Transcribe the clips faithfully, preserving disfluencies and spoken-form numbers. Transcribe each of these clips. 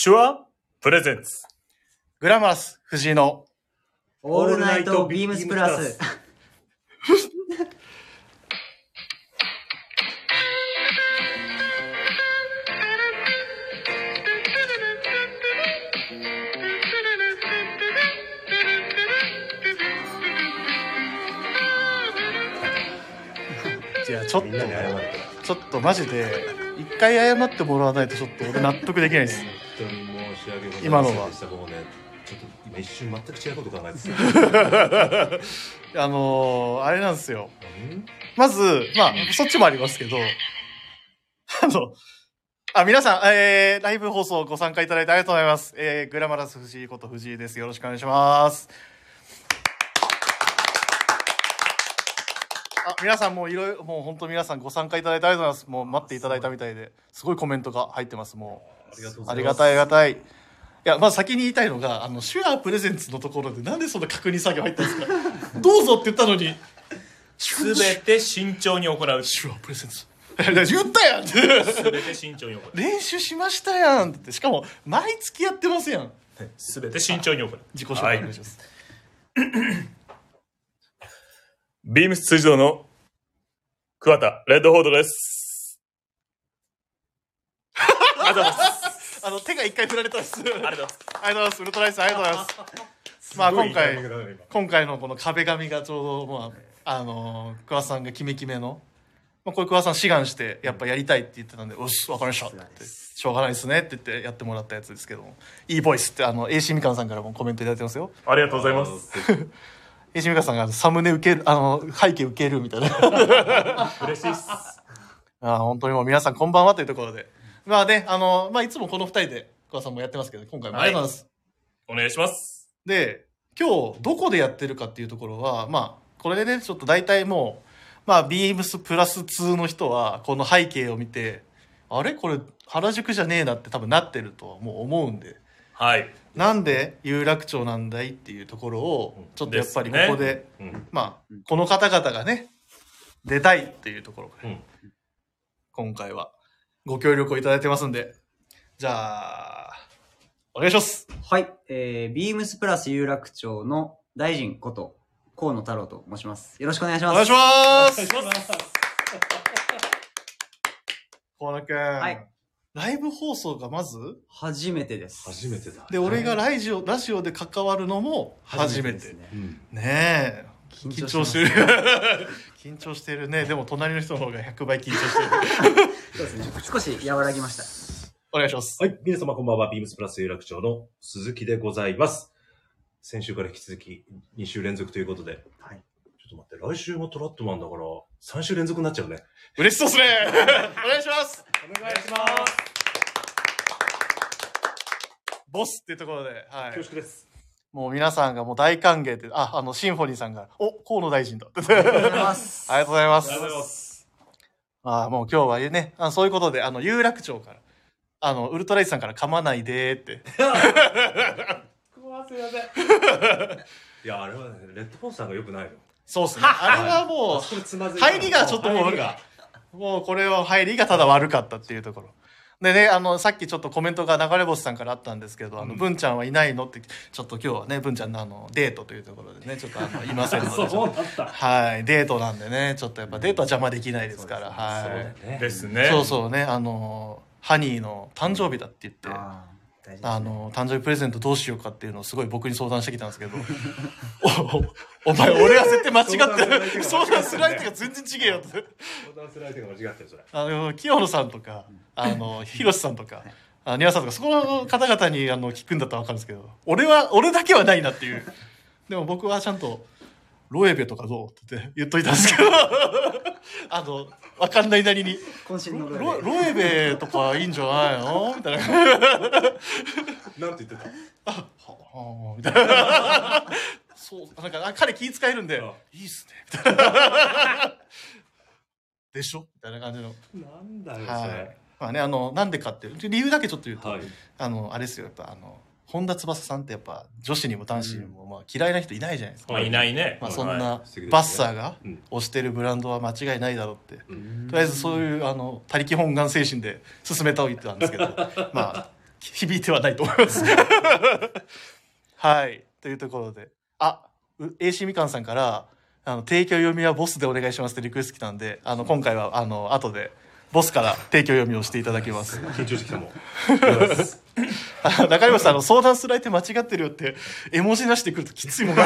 手話プレゼンツグラマラス藤井のオールナイトビームスプラス。 いやちょっとみんなに謝れちょっとマジで一回謝ってもらわないとちょっと俺納得できないです。 本当に申し訳ございません今のはでした。もうね、ちょっと今一瞬全く違うこと考えてた。 あのー、あれなんですよ。 うんまずまあそっちもありますけど、あのあ皆さん、えー、ライブ放送ご参加いただいてありがとうございます。えー、グラマラス藤井こと藤井です。よろしくお願いします。あ皆さんもういろいろもう本当皆さんご参加いただいてありがとうございます。もう待っていただいたみたいですごいコメントが入ってます。もありがとううございます。 ありがたいありがたい。いやまず先に言いたいのがあの手話プレゼンツのところでなんでそんな確認作業入ったんですか。どうぞって言ったのにすべて慎重に行う。 手話プレゼンツ言ったやんってすべて慎重に行う。 練習しましたやんってしかも毎月やってますやん。 すべて慎重に行う。 自己紹介お願いします。 ビームス通常の桑田レッドホードです。ありがとうございます。 あの手が一回振られたんです。ありがとうありがとうございます。 ございます。ウルトライスありがとうございます。まあ今回今今回のこの壁紙がちょうどまああの桑田さんがキメキメの、まあ、これ桑田さん志願してやっぱやりたいって言ってたんで、よしわかりましたって言ってしょうがないですねって言ってやってもらったやつですけども、いいボイスってあの エーシー みかんさんからもコメントいただいてますよ。 ありがとうございます。 エーシー みかんさんがサムネ受けるあの背景受けるみたいな。 嬉しいっす。 あ本当にもう皆さんこんばんはというところで、まあねあのまあいつもこのふたりで桑田さんもやってますけど今回もありがとうございます。 お願いします。 で今日どこでやってるかっていうところはまあこれでねちょっと大体もうまあビームスプラスにの人はこの背景を見てあれこれ原宿じゃねえなって多分なってるとはもう思うんで、 はい。 なんで有楽町なんだいっていうところをちょっとやっぱりここで、 うんまあこの方々がね出たいっていうところで、 うん今回はご協力をいただいてますんで、じゃあお願いします。 はい、えー、ビームスプラス有楽町の大臣こと河野太郎と申します。よろしくお願いします。 お願いします。 お願いします。 河野くん、 はいライブ放送がまず初めてです。 初めてだ。 で、俺がラジオラジオで関わるのも初めて。 ですね。 うんねえ緊緊張しる張しててる。 緊張してるね。でも隣の人の方がひゃくばい緊張してる。 そうですね。少し和らぎました。 お願いします。 はい、皆様こんばんは。ビームスプラス有楽町の鈴木でございます。先週から引き続きに週連続ということで。 はい。 ちょっと待って、来週もトラットマンだからさん週連続になっちゃうね。 嬉しそうっすね。お願いします。 お願いします。 ボスっていうところで、はい。 恐縮です。 もう皆さんがもう大歓迎で、あ、あのシンフォニーさんが、お、河野大臣だって。 ありがとうございます。 ありがとうございます。 ありがとうございます。 あもう今日はね、あそういうことで、あの、有楽町から、あの、ウルトライスさんから噛まないでーって。 すいません。いや、あれはね、レッドフォンさんが良くないの。 そうっすね。あれはもあそこでつまずう、 いた入りがちょっともう入りが、 もうこれは入りがただ悪かったっていうところ。でね、あの、さっきちょっとコメントが流れ星さんからあったんですけど、あの、 うん文ちゃんはいないのって、ちょっと今日はね、文ちゃんのあの、デートというところでね、ちょっとあの、いませんので。 そうだった。 はい、デートなんでね、ちょっとやっぱデートは邪魔できないですから、 そうはだよね。 ですね。 い。そうそうね、あの、ハニーの誕生日だって言って、 あー大事ですね。 あの、誕生日プレゼントどうしようかっていうのをすごい僕に相談してきたんですけど、お、お前、俺は絶対間違ってる。相談する相手が全然違えよって。 相談する相手が間違ってる、それ。 あの、清野さんとか、あの、ひろしさんとか、あニワさんとか、そこの方々にあの聞くんだったらわかるんですけど、俺は、俺だけはないなっていう。でも僕はちゃんと、ロエベとかどうって言っといたんですけど、あの、わかんないなりに、 渾身のロロロエベとかいいんじゃないのみたいな。 なんて言ってたははみたいな。そう、なんか、あ彼気遣えるんで、 あいいっすね。みたいな。でしょみたいな感じの。 なんだよ、そはいれ。。 まあね、あの、なんでかっていう、理由だけちょっと言うと、 はい。 あの、あれですよ、やっぱ、あの、本田翼さんってやっぱ、女子にも男子にも、まあ、嫌いな人いないじゃないですか。 まあいないね。 まあ、そんはな素敵ですねバッサーがうん推してるブランドは間違いないだろうって、 うんとりあえずそういう、あの、他力本願精神で進めたおいてたんですけど、まあ、 響いてはないと思いますはいというところであ エーシー みかんさんからあの提供読みはボスでお願いしますってリクエスト来たんであの今回はあの後でボスから提供読みをしていただきます緊張してきたもん。 中山さんあの相談する相手間違ってるよって絵文字なしでくるときついもんな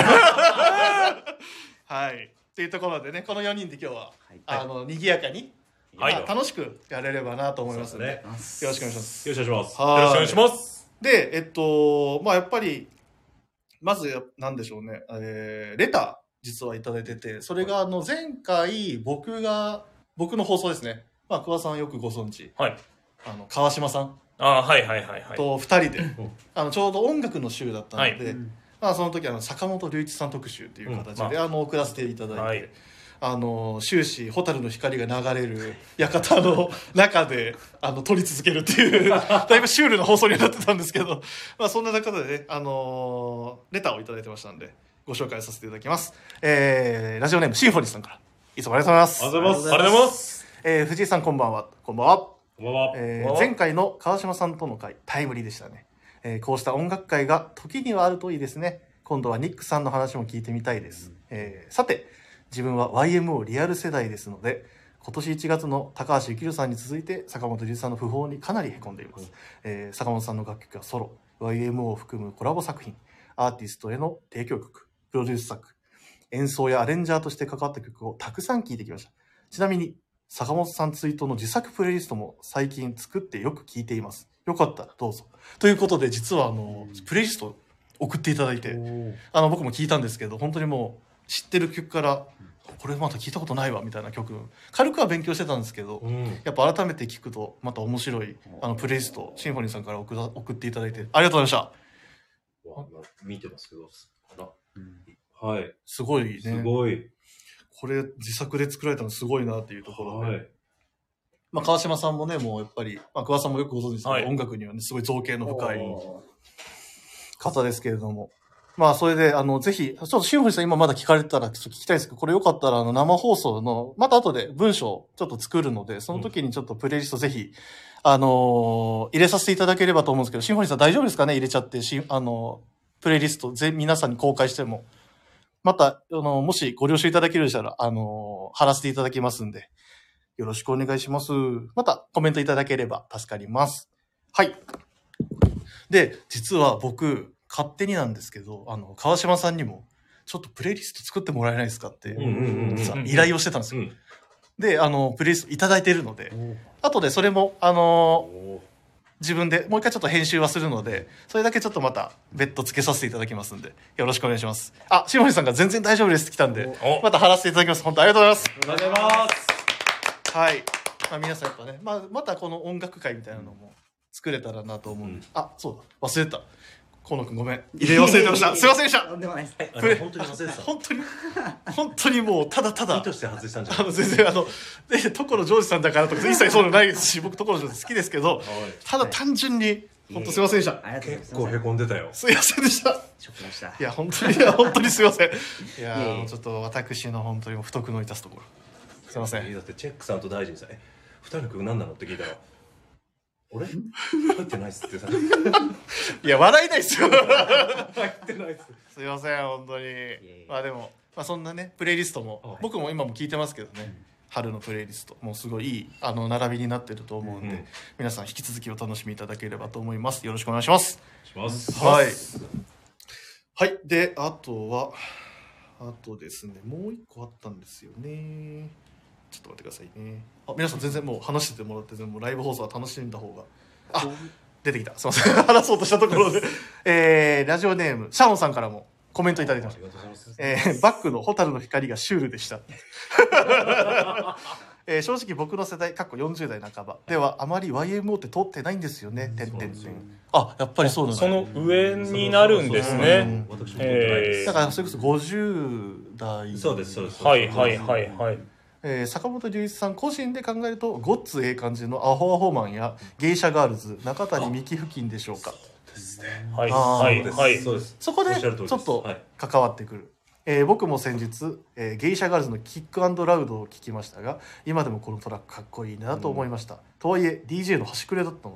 はいというところでねこのよにんで今日は、はい、あの賑やかに、はいまあ、楽しくやれればなと思いますので、ね、よろしくお願いします。 よろしくお願いします。 よろしくお願いします。 でえっとまあやっぱりまずなんでしょうね、えー、レター実はいただいててそれがあの前回僕が僕の放送ですね。まあ桑さんよくご存知、はい、あの川島さんあはいはいはいはいとふたりであのちょうど音楽の週だったので、はいまあ、その時あの坂本龍一さん特集という形で、うんまあ、あの送らせていただいて、はい、あの終始蛍の光が流れる館の中であの撮り続けるっていうだいぶシュールな放送になってたんですけど、まあ、そんな中でね、あのー、レターをいただいてましたんでご紹介させていただきます、えー、ラジオネームシンフォニーさんからいつもありがとうございます。 ありがとうございます。 ありがとうございます。 えー、藤井さんこんばんは。こんばんは。 こんばんは。 えー、前回の川島さんとの会タイムリーでしたね、えー、こうした音楽会が時にはあるといいですね。今度はニックさんの話も聞いてみたいです、うんえー、さて自分は ワイエムオー リアル世代ですので今年いちがつの高橋幸宏さんに続いて坂本龍一さんの訃報にかなりへこんでいます、うんえー、坂本さんの楽曲やソロ ワイエムオー を含むコラボ作品アーティストへの提供曲プロデュース作演奏やアレンジャーとして関わった曲をたくさん聴いてきました。ちなみに坂本さんツイートの自作プレイリストも最近作ってよく聴いています。よかったらどうぞということで実はあのプレイリスト送っていただいてあの僕も聞いたんですけど本当にもう知ってる曲からこれまた聞いたことないわみたいな曲軽くは勉強してたんですけど、うん、やっぱ改めて聞くとまた面白いあのプレイリストシンフォニーさんから送送っていただいてありがとうございました。 見てますけどはい。 すごいね。 すごい。 これ自作で作られたのすごいなっていうところで。はい。まあ川島さんもね、もうやっぱり、まあ桑さんもよくご存知ですけど、はい、音楽にはね、すごい造形の深い方ですけれども。まあそれで、あの、ぜひ、ちょっとシンフォニーさん今まだ聞かれてたらちょっと聞きたいですけど、これよかったらあの生放送の、また後で文章をちょっと作るので、その時にちょっとプレイリストぜひ、あのー、入れさせていただければと思うんですけど、シンフォニーさん大丈夫ですかね入れちゃって、しあのー、プレイリスト全皆さんに公開しても。また、あの、もしご了承いただけるでしたら、あの、貼らせていただきますんで、よろしくお願いします。また、コメントいただければ助かります。はい。で、実は僕、勝手になんですけど、あの、川島さんにも、ちょっとプレイリスト作ってもらえないですかって、実は依頼をしてたんですよ。うん、で、あの、プレイリストいただいているので、後でそれも、あの、自分でもう一回ちょっと編集はするのでそれだけちょっとまた別途つけさせていただきますんでよろしくお願いします。あ、シモリさんが全然大丈夫ですって来たんでまた貼らせていただきます。本当ありがとうございます。 ありがとうございます。 はい、まあ、皆さんやっぱね、まあ、またこの音楽会みたいなのも作れたらなと思うんで、うん、あ、そうだ忘れてた河野くんごめん入れ忘れてましたすいませんでした。 とんでもないです。 本当に忘れてた。 本当に本当にもうただただ意図して外したんじゃない。 あの全然あので所ジョージさんだからとか一切そういうのないですし僕所ジョージ好きですけど、はい、ただ単純に本当すいませんでした。 ありがとうございます。 結構へこんでたよ。 すいませんでした。 ショックでした。 いや本当にいや本当にすいません。いやもうちょっと私の本当に不徳の致すところすいません。 だってチェックさんと大臣さんえ二人の曲何なのって聞いたら俺入ってないっすってさいや笑いないっすよ入ってないっすすいません本当にまあでも、まあ、そんなねプレイリストも、はい、僕も今も聞いてますけどね、うん、春のプレイリストもうすごいいいあの並びになってると思うんで、うん、皆さん引き続きお楽しみいただければと思います。よろしくお願いします。 しますはいはいであとはあとですねもう一個あったんですよね。ちょっと待ってくださいね。あ、皆さん全然もう話しててもらって全然ライブ放送は楽しんだ方があ出てきたすいません話そうとしたところで、えー、ラジオネームシャオンさんからもコメントいただいてました。えー、バックの蛍の光がシュールでした、えー、正直僕の世代かっこよんじゅう代半ばではあまり ワイエムオー って通ってないんですよね。てんてんてんあやっぱりそうなんですね。その上になるんですね。 だからそれこそごじゅう代そうですそうですはいはいはいはい。 えー、坂本龍一さん個人で考えるとごっつええ感じのアホアホマンやゲイシャガールズ中谷美紀付近でしょうか。 そうですね。 はいはいはい。 そこでちょっと関わってくる、はいえー、僕も先日、えー、ゲイシャガールズのキック&ラウドを聞きましたが今でもこのトラックかっこいいなと思いました、うん、とはいえ ディージェー の端くれだったので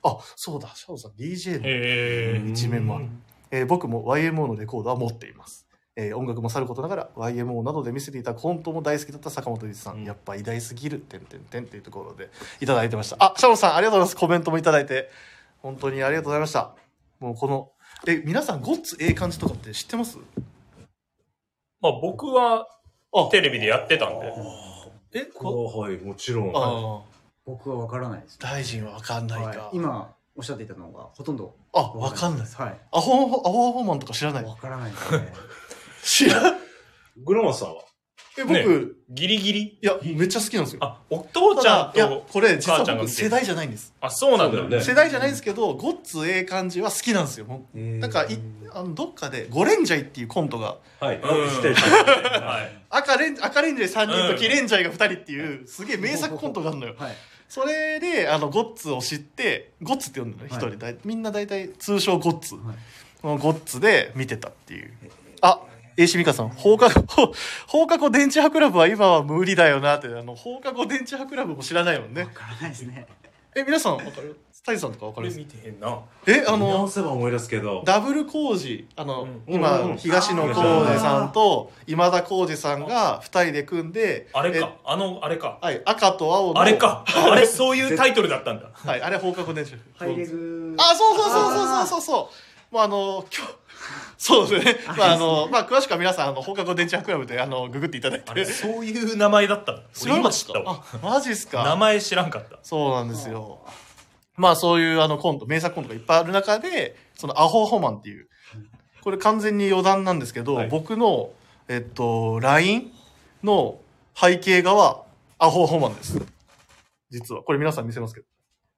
あ、そうだ、シャオさん ディージェー のへー一面もある。えー僕も ワイエムオー のレコードは持っています。えー音楽もさることながら ワイエムオー などで見せていたコントも大好きだった坂本龍一さん、 うんやっぱ偉大すぎるてんてんてんっていうところでいただいてました。あ、シャオさんありがとうございます。コメントもいただいて本当にありがとうございました。もうこのえ皆さんゴッツええ感じとかって知ってます？ まあ僕はあテレビでやってたんで。 えこはい、もちろん。 あ僕は分からないです。 大臣は分かんないか、 はい今おっしゃっていたのがほとんどあ分かんない。 はい。 アホアホアホアホマンとか知らない？ 分からないですね。 知らん。 グラマさんはえ僕、 ねギリギリいやめっちゃ好きなんですよ。 あ、お父ちゃんいやと、 これ実は母ちゃんが見てる僕世代じゃないんです。 あ、そうなんだよね。 そうだよね世代じゃないんですけど、ゴッツええ感じは好きなんですよ。もうなんかいあのどっかでゴレンジャイっていうコントがはい。 うん知ってる。 はい。 赤レン赤レンジャイさんにんうんとキレンジャイがふたりっていうすげえ名作コントがあるのよ。 はい。 それであのゴッツを知ってゴッツって呼んでるの一人だいみんな大体通称ゴッツ。 はいこのゴッツで見てたっていう。あ、エイシミカさん、放課後放課後電池派クラブは今は無理だよなってあの放課後電池派クラブも知らないもんね分。からないですね。 え皆さんわかる？タイさんとかわかる？ これ見てへんな。 えあ見直のせば思い出すけど。 ダブル工事あの、 うん今、 うんうん東野幸治さんと今田耕司さんがふたりで組んであれか。あの、あれか。 えはい赤と青のあれか。あれ、そういうタイトルだったんだ。 はいあれ放課後電池ハイレグ。 あそうそうそうそうそうそうそうもうあの今日そうですねまああのまあ詳しくは皆さんあの放課後電池クラブであのググっていただいてあれ、そういう名前だったんだ。 知らなかっ今知ったたわ。 あマジっすか名前知らんかった。 そうなんですよ。まあそういうあのコント、名作コントがいっぱいある中で、そのアホアホマンっていう、これ完全に余談なんですけど、 はい僕の、えっと、ライン の背景画はアホアホマンです。実は。これ皆さん見せますけど。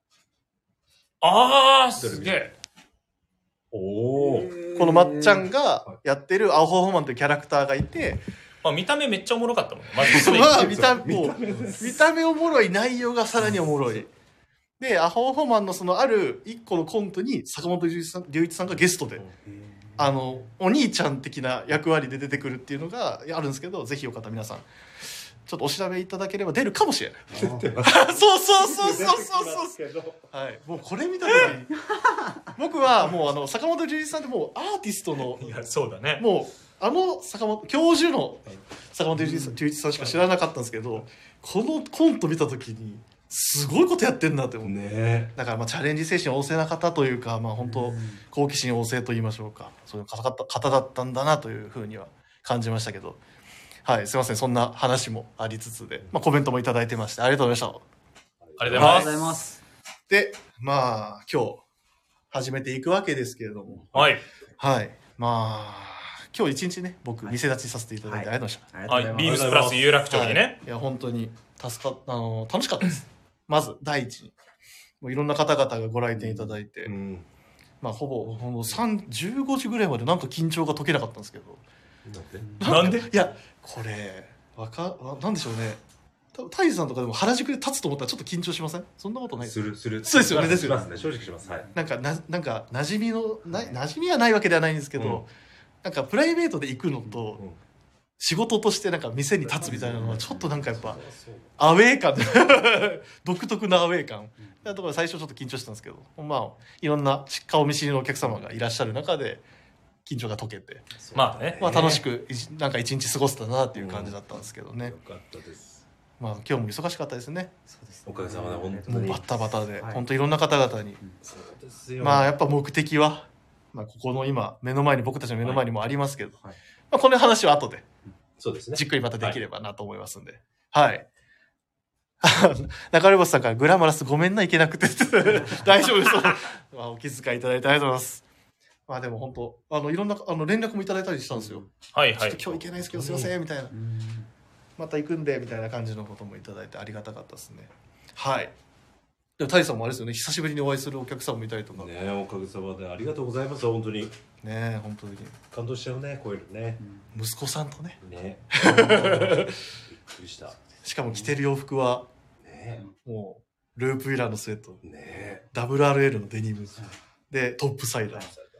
あー、すげえ。 おー。 このまっちゃんがやってるアホアホマンというキャラクターがいて、 まあ見た目めっちゃおもろかったもんね。まずそれまあ見た目、もう見た目おもろい、内容がさらにおもろい。で、アホアホマンのそのある一個のコントに坂本龍一さん龍一さんがゲストで、あの、お兄ちゃん的な役割で出てくるっていうのがあるんですけど、ぜひよかったら皆さん、ちょっとお調べいただければ出るかもしれない。そうそうそうそうそうそう。はい。もうこれ見た時に、僕はもうあの、坂本龍一さんってもうアーティストの、 いや、そうだね。 もう、あの坂本、教授の坂本龍一さん龍一さんしか知らなかったんですけど、このコント見た時に、すごいことやってんなって思って。 ねだからまあチャレンジ精神旺盛な方というか、まあ本当好奇心旺盛と言いましょうか、そういう方方だったんだなというふうには感じましたけど、はい、すいません、そんな話もありつつで、まあコメントもいただいてましてありがとうございましありがありがとうござとうございまいます。 た。で、まあ今日始めていくわけですけれども、 す。はい。 はい、まあ今日一日ね、僕店立ちさせていただいてありがとうございました。 ありがとうございます。 はい。ビームスプラス有楽町にね。 はい、いや本当に助かっあの楽しかったです。まず第一にもういろんな方々がご来店いただいて、 うん。 まあほぼほぼさんじゅうごじぐらいまでなんか緊張が解けなかったんですけど、 なんでいやこれわかわなんでしょうね。多分タイズさんとかでも原宿で立つと思ったらちょっと緊張しません？そんなことないですする、する。 そうですよねですよねしますね。正直します。はい。 なんかななんか馴染みのない馴染みはないわけではないんですけど、 うんなんかプライベートで行くのと、 うん仕事としてなんか店に立つみたいなのはちょっとなんかやっぱアウェー感独特なアウェー感だから最初ちょっと緊張してたんですけど、まあいろんな顔見知りのお客様がいらっしゃる中で緊張が解けて、 まあね。 まあ楽しくいちなんか一日過ごせたなっていう感じだったんですけどね、 よかったです。 まあ今日も忙しかったですね。 そうですおかげさまで本当に。 もうバッタバタで、 はい本当いろんな方々に、 そうですよ。 まあやっぱ目的は、まあ、ここの今目の前に僕たちの目の前にもありますけど、 はいまあ、この話は後でそうですね。 じっくりまたできればなと思いますんで。はい。中根星さんからグラマラスごめんないけなくて大丈夫です。まあ、お気遣いいただいてありがとうございます。まあでも本当あのいろんなあの連絡もいただいたりしたんですよ。 はいはいちょっと。今日行けないですけどすいませんみたいな。 うんまた行くんでみたいな感じのこともいただいてありがたかったですね。はい。でもタイさんもあれですよね。久しぶりにお会いするお客さんもいたりとか。ねねおかげさまでありがとうございます。本当に。 え本当に感動しちゃうね、こういうのね。 息子さんとね。 ねびっくりした。 しかも着てる洋服はねもうループイラーのスウェット、 ねダブルアールエル のデニムでトップサイダー。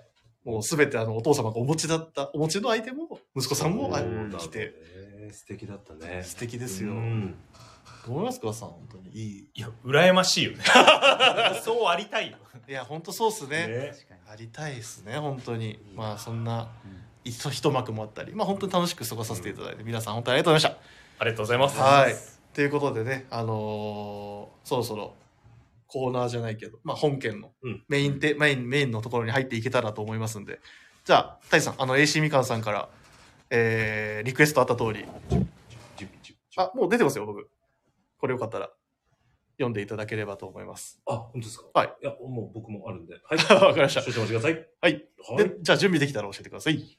もうすべてあの、お父様がお持ちだった、お持ちのアイテムを息子さんもあそうだね来て、 素敵だったね。 素敵ですよ。 うんどう思いますかさん、本当にいい。 いや、羨ましいよね。そうありたいよ。 いや、本当そうっすね。 ね確かに。 ありたいですね、本当に。まあ、そんな、一一幕もあったり、まあ、本当に楽しく過ごさせていただいて、皆さん本当にありがとうございましありがとうございます。 た。はい。ということでね、あのーそろそろ、コーナーじゃないけど、まあ、本件のうんメインで、メイン、メインのところに入っていけたらと思いますんで、じゃあ、タイさん、あの、エーシー みかんさんから、えー、リクエストあった通り、 ジュビジュビあ、もう出てますよ、僕。これよかったら、読んでいただければと思います。 あ、本当ですか。 はい。 いや、もう僕もあるんで。はい。 わかりました少々お待ちください。 はい。 はい。 で、じゃあ準備できたら教えてください。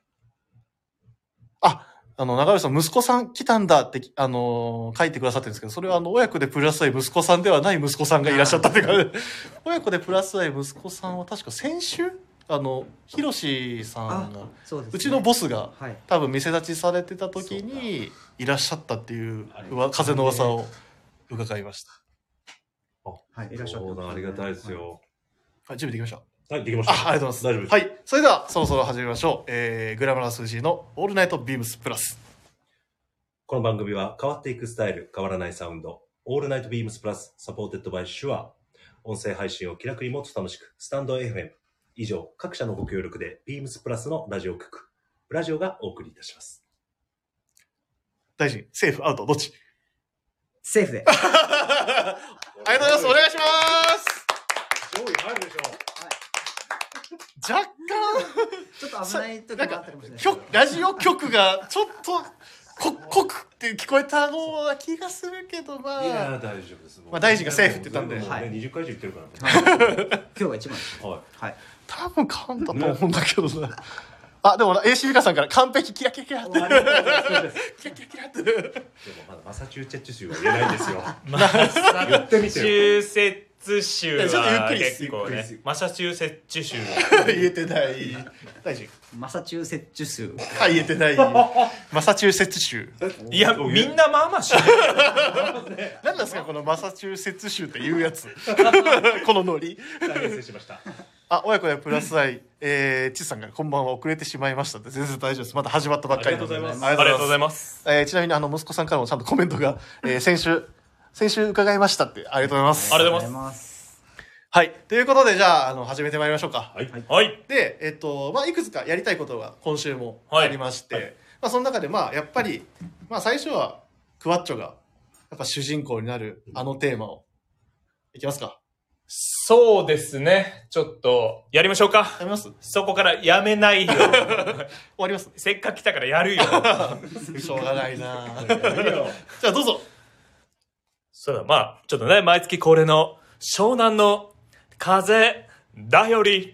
あ、あの、長渕さん、息子さん来たんだって、あのー書いてくださってるんですけど、それはあの、親子でプラス愛息子さんではない息子さんがいらっしゃったっていうか、親子でプラス愛息子さんは確か先週、あの、ひろしさんが、 そうですね。 うちのボスがはい。 多分店立ちされてた時にいらっしゃったっていううわ風の噂を伺いました。 はい。いらっしゃってますそうだ、ありがたいです。よ。 はい、準備できました。 はい、できました。 あ、ありがとうございます。 大丈夫です。 はい。それでは、そろそろ始めましょう。えー、グラマラス藤井のオールナイトビームスプラス。 この番組は変わっていくスタイル、変わらないサウンド、オールナイトビームスプラス、サポーテッドバイシュア。音声配信を気楽にもっと楽しく、スタンド エフエム。以上、各社のご協力で、ビームスプラスのラジオ局、ブラジオがお送りいたします。 大臣、セーフ、アウト、どっちセーフで。 ありがとうございます。お願いします。 上位入るでしょ若干、 ちょっと危ない時もあったかもしれないけど。 局ラジオ局がちょっと、こ、濃くって聞こえたのな気がするけど、まあ。 いやー、大丈夫です。もうまあ大臣がセーフって言ったんでもうねはいにじゅっかい以上言ってるからね。 今日が一番です。 はい。 はい。 多分噛んだと思うんだけどな。あ、でもな、エーシー ミカさんから完璧、キラキラキラって。 ありがとうございます。 キラキラキラって。 でもまだマサチューチェッツ州は言えないんですよ。 マサ言ってみてよ。 チューセッツ州ちょっとゆっはくり結構ゆっくりね、マサチューセッツ州。 言えてない。大臣。 マサチューセッツ州。 あ、言えてない。マサチューセッツ州。 いや、みんなまあまあしない。 何なんですかこのマサチューセッツ州っていうやつ。このノリ。 大変失礼しました。 あ、親子でプラス愛、えー、ちさんがこんばんは遅れてしまいましたって全然大丈夫です。まだ始まったばっかりなのでありがとうございますありがとうございまます。 す。えー、ちなみにあの息子さんからもちゃんとコメントが、えー、先週、先週伺いましたってありがとうございます。 ありがとうございます。ます。 はい。ということでじゃあ、あの、始めてまいりましょうか。 はい。 はい。 で、えっと、まあ、いくつかやりたいことが今週もはいありまして、 はいまあ、その中でまあ、やっぱり、まあ、最初は、クワッチョが、やっぱ主人公になるあのテーマを、いきますか。 そうですね。ちょっと、やりましょうか。 やめますそこからやめないよ。 終わりますせっかく来たからやるよ。 しょうがないなじゃあどうぞ。 そうだ、まあ、ちょっとね、毎月恒例の湘南の風だより。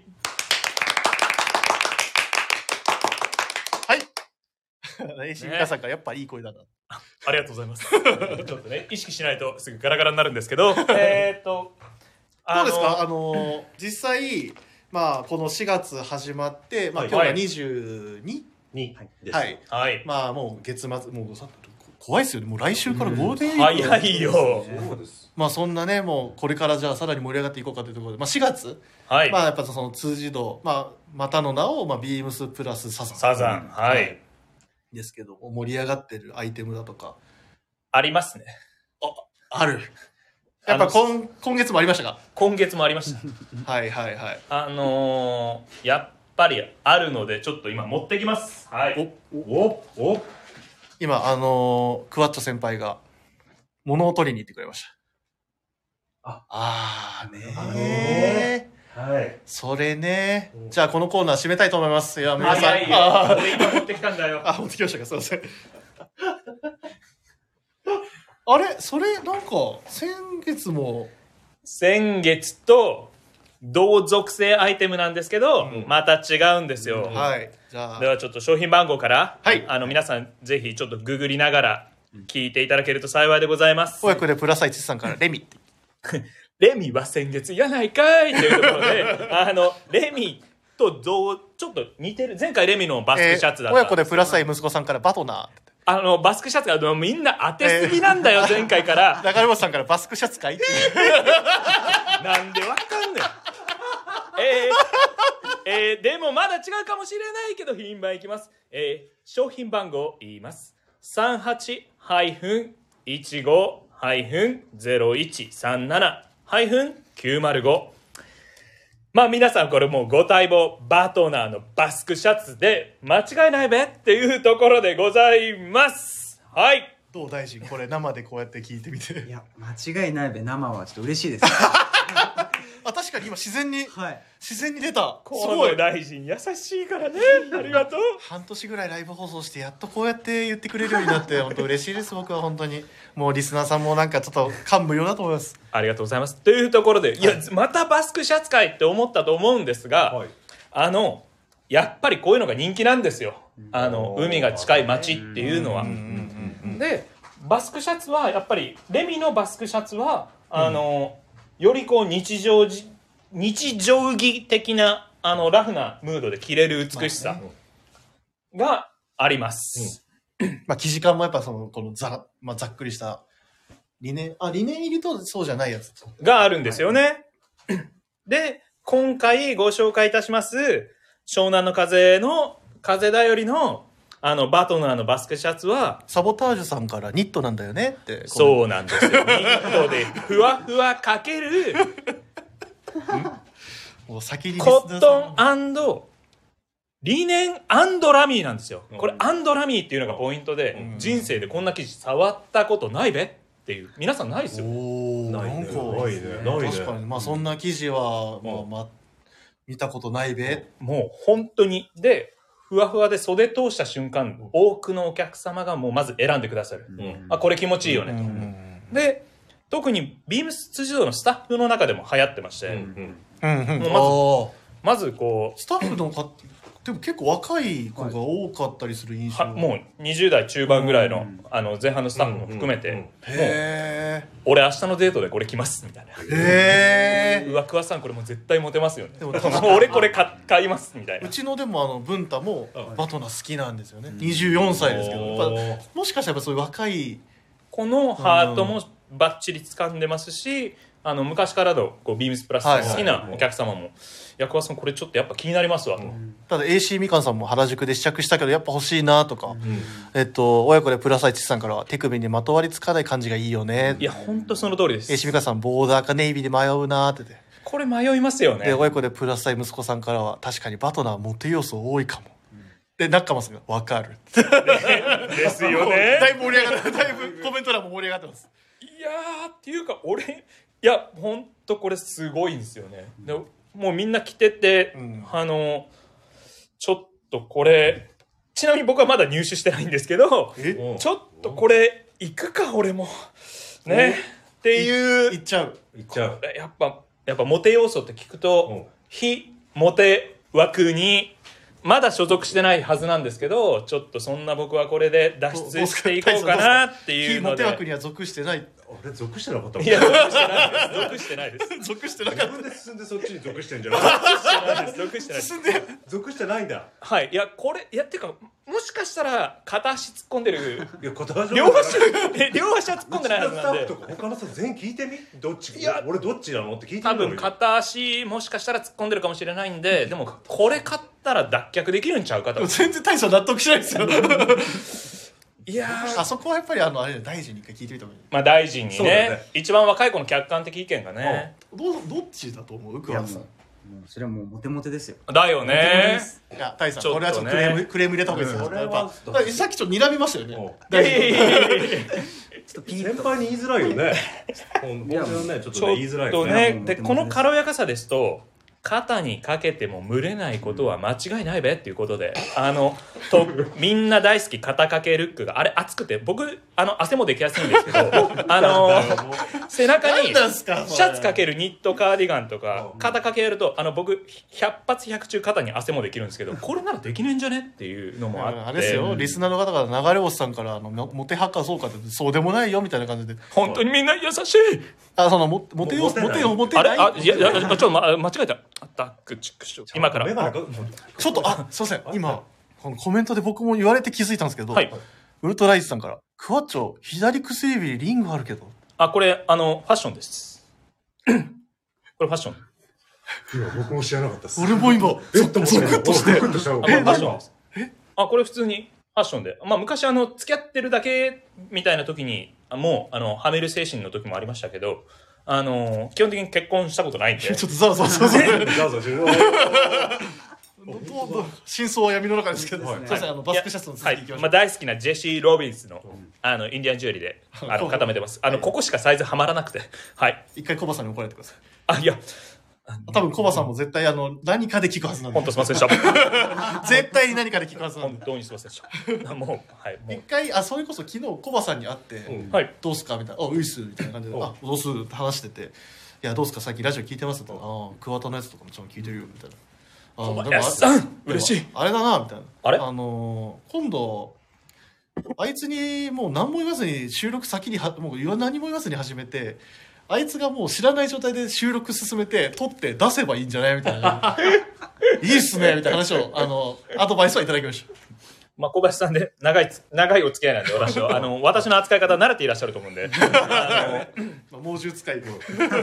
はい。エーシー ミカさんからやっぱいい声だな。 ありがとうございます。ちょっとね、意識しないとすぐガラガラになるんですけど、えーっと、 どうですかあのー、実際、まあ、このしがつ始まって、まあ、 はい今日がにじゅうに、 にです。 はい。 はい。 まあ、もう月末、もうさ、怖いですよね。もう来週からゴールデンウィーク。 早いよ。 そうです。 まあ、そんなね、もうこれからじゃあさらに盛り上がっていこうかというところで、まあ、しがつ、 はい。 まあ、やっぱその通じ度、まあ、またの名を、まあ、ビームスプラスサザン。 サザン。はい。 ですけど、盛り上がってるアイテムだとか、 ありますね。 ある。やっぱ今、今月もありましたか今月もありました。 はいはいはい。 あのー、やっぱりあるので、ちょっと今持ってきます。はい。 おお今、あのークワッチョ先輩が、物を取りに行ってくれました。 ああーあねー。 はい。 それねうん。 じゃあ、このコーナー締めたいと思います。いや、皆さん。 早いよ。 あー俺今持ってきたんだよ。 あ、持ってきましたか、すいません。あれそれ、なんか、先月も、 先月と同属性アイテムなんですけど、 うんまた違うんですよ。 はい。じゃあ、 ではちょっと商品番号から、 はいあの皆さんぜひちょっとググりながら聞いていただけると幸いでございます。 親子でプラスイチさんからレミって。 レミは先月やないかいというところで、あの、レミと同、ちょっと似てる。前回レミのバスクシャツだったんですよ。 親子でプラスイ息子さんからバトナーって。 あの、バスクシャツがもうみんな当てすぎなんだよ、前回から。 中山さんからバスクシャツかいっていう。 なんでわかんねん。ええー、でもまだ違うかもしれないけど品番いきます、えー、商品番号を言います。 さんはち いちご ゼロいちさんなな きゅうまるご。まあ皆さんこれもうご待望バトナーのバスクシャツで間違いないべっていうところでございます。はい。 どう大臣これ生でこうやって聞いてみて。 いや間違いないべ生はちょっと嬉しいです、ね、 あ確かに今自然に、 はい、 自然に出た。す河ごい野大臣優しいからね。ありがとう。 半年ぐらいライブ放送してやっとこうやって言ってくれるようになって本当嬉しいです。僕は本当にもうリスナーさんもなんかちょっと感無量だと思います。 ありがとうございます。というところでいや、はい、またバスクシャツ会って思ったと思うんですが、はい、あのやっぱりこういうのが人気なんですよ。あの海が近い町っていうのは。でバスクシャツはやっぱりレミのバスクシャツはあの、うん、よりこう日常じ日常着的なあのラフなムードで着れる美しさがあります。 うん、まあ生地感もやっぱそのこのざ、まあ、ざっくりしたリネンあリネン入りとそうじゃないやつがあるんですよね。で今回ご紹介いたします湘南の風の風だよりのあのバトナーのバスクシャツはサボタージュさんからニットなんだよねって。 そうなんですよ。ニットでふわふわかけるもう先にコットン&リネン&ラミーなんですよ。これ&ラミーっていうのがポイントで、うん、人生でこんな生地触ったことないべっていう。皆さんないですよ。 おないね。 なんかないね。ないね。 確かにまあそんな生地は、まあまあ、見たことないべ。 もう本当にでふわふわで袖通した瞬間、多くのお客様がもうまず選んでくださる。うん、あこれ気持ちいいよねと。うん、で特にビームス辻堂のスタッフの中でも流行ってまして、うんうんうん、もうまずまずこうスタッフのかでも結構若い子が多かったりする印象、 はい、もうにじゅう代中盤ぐらいの、うん、あの前半のスタッフも含めて、うんうんうん、 へー俺明日のデートでこれ着ますみたいな。 へーうわ桑さんこれもう絶対モテますよね。でも俺これ買いますみたいな。 うちのでもあの文太もバトナー好きなんですよね、うん、にじゅうよんさいですけどやっぱもしかしたらそういう若いこのハートもバッチリ掴んでますし、あの昔からのこうビームスプラス好きなお客様も、はいはい、ヤクワさんこれちょっとやっぱ気になりますわと、うん、 ただ エーシー みかんさんも原宿で試着したけどやっぱ欲しいなとか、うん、えっと親子でプラスアイチさんからは手首にまとわりつかない感じがいいよね。 いや本当その通りです。 エーシー みかんさんボーダーかネイビーで迷うなっててこれ迷いますよね。 で親子でプラスアイ息子さんからは確かにバトナーモテ要素多いかも、うん、で中松が分かるですよね。 だいぶ盛り上がってだいぶコメント欄も盛り上がってます。 いやーっていうか俺いやほんとこれすごいんですよね、うん、でもうみんな着てて、うん、あのちょっとこれちなみに僕はまだ入手してないんですけどちょっとこれ行くか俺もねっていういっちゃういっちゃうやっぱやっぱモテ要素って聞くと非モテ枠にまだ所属してないはずなんですけどちょっとそんな僕はこれで脱出していこうかなっていうので。 非モテ枠には属してない。 俺属してなかったもん。 いや属してないです属してないです。属してなかった。 自分で進んでそっちに属してんじゃない。 属してないです。 進んで属してないんだ。 はい。いやこれいやっていうかもしかしたら片足突っ込んでる。 いや片足両足両足は突っ込んでないはずなんで。 他の人全員聞いてみ。どっち？いや俺どっちなのって聞いてみ。 多分片足もしかしたら突っ込んでるかもしれないんで、でもこれ買ったら脱却できるんちゃうかと。 全然大層納得しないですよ。 いやあそこはやっぱりあのあれ大臣に一回聞いてみた方がいい。 まあ大臣に ね, ね一番若い子の客観的意見がね、 どうどっちだと思う？桑原さん。 もうそれはもうモテモテですよ。 だよね。 いや大さん、ね、これはちょっとクレームクレーム入れた方がいいですよ。 うん、やっぱさっきちょっと睨みましたよね。 大臣ちょっと先輩に言いづらいよね。本当はねちょっとね言いづらいよね。 ねでこの軽やかさですと。肩にかけても蒸れないことは間違いないべっていうことで、あのとみんな大好き肩掛けルックがあれ熱くて僕あの汗もできやすいんですけどあの背中にシャツかけるニットカーディガンとか肩掛けやるとあの僕ひゃく発ひゃく中肩に汗もできるんですけどこれならできねえんじゃねっていうのもあって、 あれですよ、リスナーの方から流れ星さんからあのモテ派かそうかってそうでもないよみたいな感じで本当にみんな優しい。 あそのモテよモテよモテないあれあいやいやちょっと、ま、間違えたダックチックショー今からちょっとあすいません今このコメントで僕も言われて気づいたんですけど、 はい、 ウルトライズさんからクワッチョ左薬指にリングあるけどあこれあのファッションですこれファッション今僕も知らなかったです。 俺も今、 えっと思って、ゾクッとして。 あ、これファッションです。あ、これ普通にファッションで。まあ昔あの、付き合ってるだけみたいな時に、もう、あの、はめる精神の時もありましたけど、あの、基本的に結婚したことないんで。 ちょっとざわざわざわざわ。ざわざわしてる。真相は闇の中ですけど、すみません、あのバスクシャツの続きいきましょう。 まあ大好きなジェシー・ロビンスのあのインディアンジュエリーであの固めてます。あのここしかサイズはまらなくて、はい。 一回コバさんに怒られてください。 あ、いや、 多分コバさんも絶対あの何かで聞くはずなんで。 本当すみませんでした。 絶対に何かで聞くはずなんで。 本当にすみませんでした。もうはいもう一回あそれこそ昨日コバさんに会ってどうすかみたいな、あウイスみたいな感じで、あどうするって話してて、いやどうすか最近ラジオ聞いてますって、ああ桑田のやつとかもちろん聞いてるよみたいな。 小林さん嬉しい。 あれだなみたいな。 あれあのー、今度あいつにもう何も言わずに収録先にはもう何も言わずに始めて、あいつがもう知らない状態で収録進めて撮って出せばいいんじゃないみたいな。いいっすねみたいな話をあのアドバイスはいただきました。 まあ、小林さんで長い長いお付き合いなんで私はあの私の扱い方慣れていらっしゃると思うんで、あの猛獣使いで。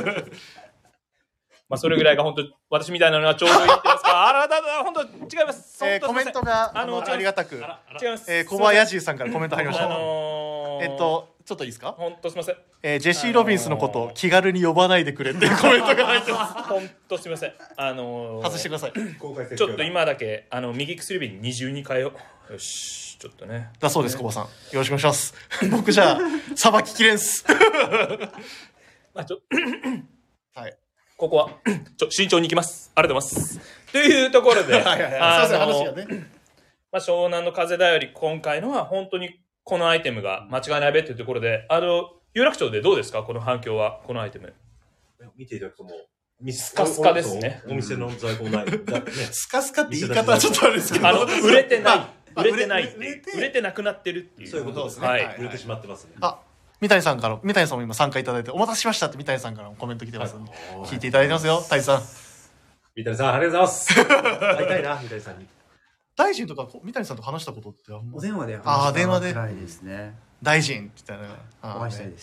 まあそれぐらいが本当私みたいなのはちょうどいいって言いますか。あらだだ本当違います。 えー、コメントがあのありがたく違います。えー、小林さんからコメント入りました。あのー、えっとちょっといいですか。 本当すみません。 えー、ジェシー・ロビンスのことを気軽に呼ばないでくれっていうコメントが入ってます。 本当すみません。あのー、 外してください。 ちょっと今だけあの右薬指に二重に変えよう。よしちょっとね。 だそうです小林さん。よろしくお願いします。僕じゃあさばききれんす。 まあちょはい。 ここはちょ慎重に行きます。ありがとうございます。というところで、 あの話がね、 まあ湘南の風だより今回のは本当にこのアイテムが間違いないべっていうところで、あの有楽町でどうですかこの反響はこのアイテム。 見ていただくともうスカスカですね。 お店の在庫ない。 スカスカって言い方はちょっとあれですけど、 あの売れてない、売れてないっていう、売れてなくなってるっていう。 そういうことですね。 はい、 売れてしまってますね。 あ。三谷さんから、三谷さんも今参加いただいて、お待たせしましたって三谷さんからもコメント来てますんで、はい、聞いていただいてますよ、谷さん。 三谷さん、ありがとうございます。会いたいな、三谷さんに。 大臣とか、三谷さんと話したことってあんまお電話で話したくらいですね。 大臣って言ったら、お会いしたいです。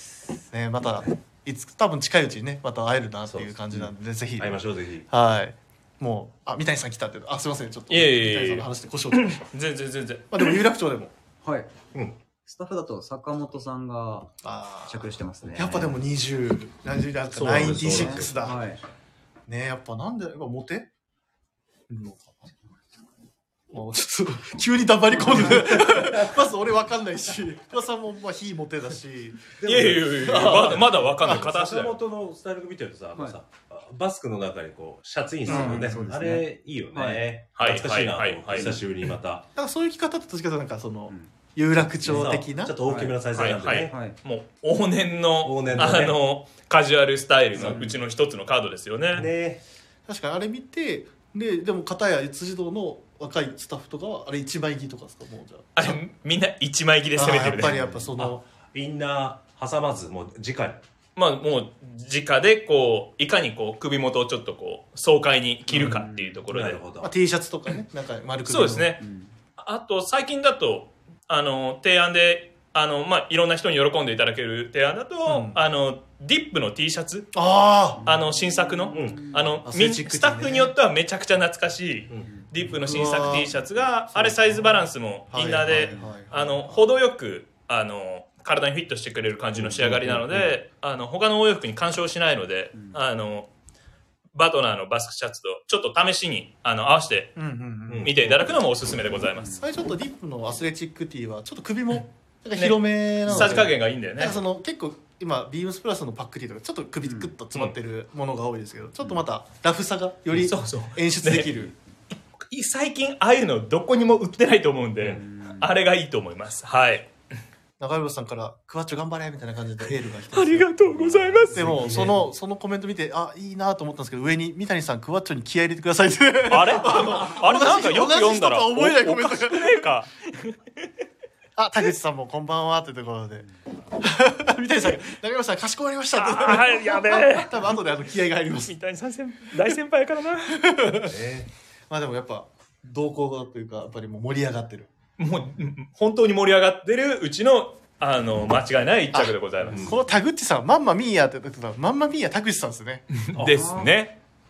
ね、また、いつ、多分近いうちにね、また会えるなっていう感じなんで、ぜひ。 会いましょう、ぜひ。 はい。もう、あ、三谷さん来たって、あ、すいません、ちょっと。 いえいえいえ。 三谷さんの話で腰を折って。 全然全然。 まあでも、有楽町でも。 はい。 うん。 スタッフだと坂本さんが着用してますね。 やっぱでもにじゅう、何十代か、ナインティシックスだ。 はい、 ねえ、やっぱなんで、やっぱモテるのかな。あ、ちょっと急に黙り込んでまず俺わかんないし、岩さんもまあ非モテだし。 いやいやいやまだまだわかんない。片足だよ。 坂本のスタイル見てるとさ、あのさ、バスクの中にこうシャツインするのね。あれいいよね。懐かしいな。久しぶりにまた。 だからそういう着方って確かなんかその。有楽町的なちょっと大きめのサイズなんでね、 はいはい、もう往年の往年の、ね、あのカジュアルスタイルのうちの一つのカードですよね。 ね、確かにあれ見てででも片や辻堂の若いスタッフとかはあれ一枚着とかですか。もうじゃああれみんな一枚着で攻めてるね。 やっぱりやっぱそのインナー挟まずもう直にまあもう直でこういかにこう首元をちょっとこう爽快に着るかっていうところで、 うんまあ、T シャツとかねなんか丸くそうですね、うん、あと最近だとあの提案であの、まあ、いろんな人に喜んでいただける提案だと、うん、あのディップの T シャツああの新作の、うん、あのミ、ね、スタッフによってはめちゃくちゃ懐かしい、うん、ディップの新作 T シャツがあれサイズバランスもインナーで程よくあの体にフィットしてくれる感じの仕上がりなので、うん、あの他のお洋服に干渉しないので、うん、あのバトナーのバスクシャツとちょっと試しにあの合わせて見ていただくのもおすすめでございます。 あれちょっとディップのアスレチックティーはちょっと首も広めなので、ね、 さじ加減がいいんだよね。 なんかその結構今ビームスプラスのパックティーとかちょっと首グッと詰まってるものが多いですけど、うん、ちょっとまたラフさがより演出できる、 ね、最近ああいうのどこにも売ってないと思うんで、うん、あれがいいと思います。はい。 中山さんからクワッチョ頑張れみたいな感じでエールが来てありがとうございます。 でもそのそのコメント見てあいいなと思ったんですけど、上に三谷さんクワッチョに気合い入れてくださいってあれあれなんかよく読んだら思えないコメントがおかしくねえかあ田口さんもこんばんはってところで三谷さんが中山さんかしこまりましたってはいやべえ多分後であの気合が入ります。 三谷さん大先輩やからなまあでもやっぱ動向がというかやっぱりもう盛り上がってる、 もう本当に盛り上がってるうちのあの間違いない一着でございます。 この田口さんマンマミーヤって言ってたマンマミーヤ田口さんですねですね。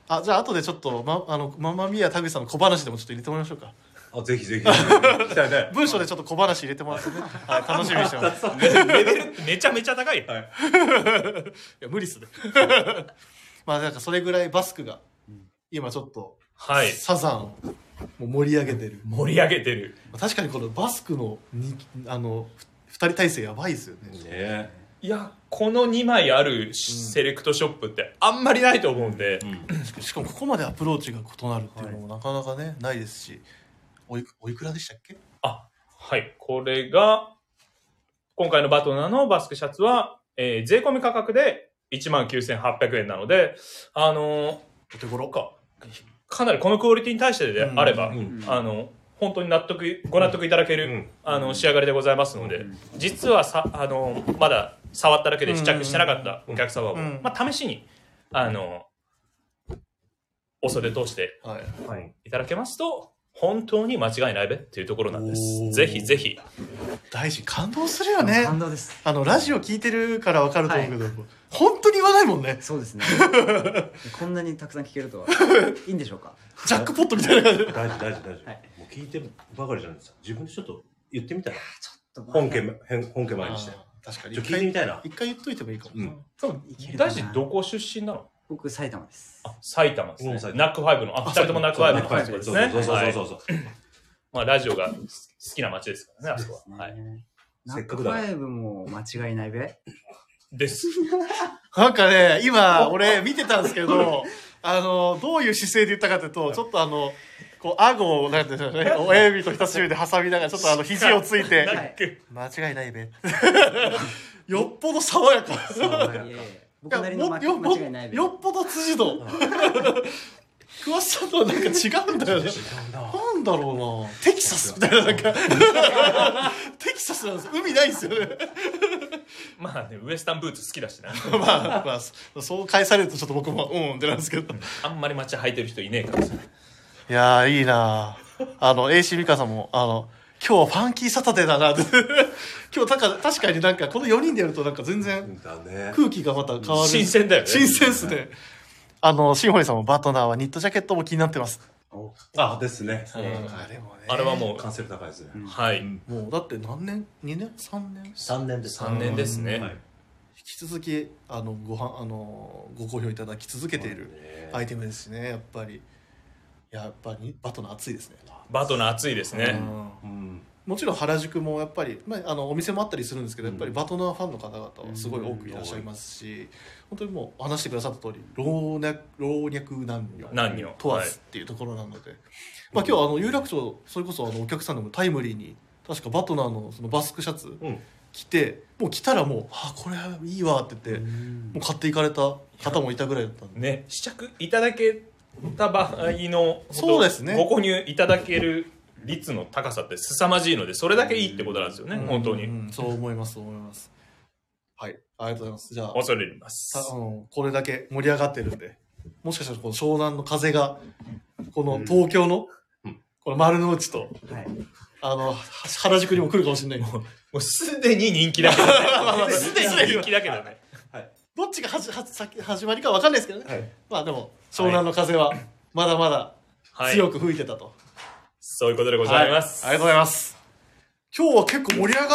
あ、じゃあ後でちょっと、ま、あのママミヤ田口さんの小話でもちょっと入れてもらいましょうか。 あ、ぜひぜひ聞きたいね。 文章でちょっと小話入れてもらってね、はい、楽しみにしてます。 レベルってめちゃめちゃ高い、 はい、 いや無理っすね。まあなんかそれぐらいバスクが今ちょっと、 はい、 サザンを盛り上げてる。 盛り上げてる。 確かにこのバスクのにあのふたり体制やばいですよね。 ね、 いやこのにまいあるセレクトショップってあんまりないと思うんで、 うん、しかもここまでアプローチが異なるっていうのもなかなかね、ないですし、おい、おいくらでしたっけ？ あ、はい、これが今回のバトナーのバスクシャツは、えー、税込み価格で いちまんきゅうせんはっぴゃくえんなので、あのー、 お手頃かかなりこのクオリティに対してであれば、 うんうん、 あの本当に納得ご納得いただける、うん、あの仕上がりでございますので、うん、実はさあのまだ触っただけで試着してなかったお客様も、うん、まあ、試しにあのお袖通していただけますと本当に間違いないべっていうところなんです。ぜひぜひ。 大臣感動するよね。 感動です。 あのラジオ聞いてるから分かると思うけど、はい、本当に言わないもんね。 そうですね。こんなにたくさん聞けるとは。いいんでしょうか。 ジャックポットみたいな感じ。 大事大事大事。はい、もう聞いてばかりじゃないですか。自分でちょっと言ってみたら。 ちょっと本家本家前にして。 確かに。 ちょっと聞いてみたいな。 一回言っといてもいいかも。うん。 大臣どこ出身なの？ 僕埼玉です。 あ、埼玉ですね。ナックファイブのあ、二人ともナックファイブの方ですね。 そうそうそうそう。 まあラジオが好きな街ですからね、あそこは。はい。 せっかくだ。ナックファイブも間違いないべ。 です。 なんかね、今俺見てたんですけど、あのどういう姿勢で言ったかというと、ちょっとあのこう顎をなんていうんでしょうね、親指と人差し指で挟みながらちょっとあの肘をついて、間違いないべ。よっぽど爽やか。 僕なりの間違いないべ。 よっぽど辻堂。桑田さんとはなんか違うんだよね。なんだろうな。テキサスみたいななんかテキサスなんです。海ないですよね。 まあね、ウエスタンブーツ好きだしな。 まあまあそう返されるとちょっと僕もうんってなんですけど。あんまり街履いてる人いねえからさ。 いやーいいな。あの エーシー ミカさんもあの今日はファンキーサタデーだなって今日か確かになんかこのよにんでやるとなんか全然空気がまた変わる。 新鮮だよね。 新鮮っすね。あのシンフォニーさんもバトナーはニットジャケットも気になってます。 あですね。 あれもね。 あれはもう完成度高いですね。 はい。 もうだって何年？にねん？さんねん？ さんねんです。 さんねんですね。 引き続きあのごはあのご好評いただき続けているアイテムですしね。やっぱりやっぱりバトナー熱いですね。 バトナー熱いですね。 もちろん原宿もやっぱり、まあ、あのお店もあったりするんですけど、やっぱりバトナーファンの方々はすごい多くいらっしゃいますし、本当にもう話してくださった通り老若老若男女男女問わずっていうところなので、まあ、今日あの有楽町それこそあのお客さんでもタイムリーに確かバトナーのそのバスクシャツ着て、もう着たらもう「あこれいいわ」って言ってもう買っていかれた方もいたぐらいだったんで、 ね、試着いただけた場合のそうですね、 ご購入いただける率の高さって凄まじいので、それだけいいってことなんですよね、本当に、うん、 そう思いますそう思います。はい、ありがとうございます。じゃあ恐れ入ります。 あのこれだけ盛り上がってるんで、もしかしたらこの湘南の風がこの東京の、うん、この丸の内と、はい、あの原宿にも来るかもしれない。もう、 もうすでに人気だけどね。すでに人気だけどね。 はい、どっちがはじは始まりかわかんないですけどね。はい、まあでも湘南の風はまだまだ強く吹いてたと。はい、 そういうことでございます、 はい。ありがとうございます。今日は結構盛り上がった。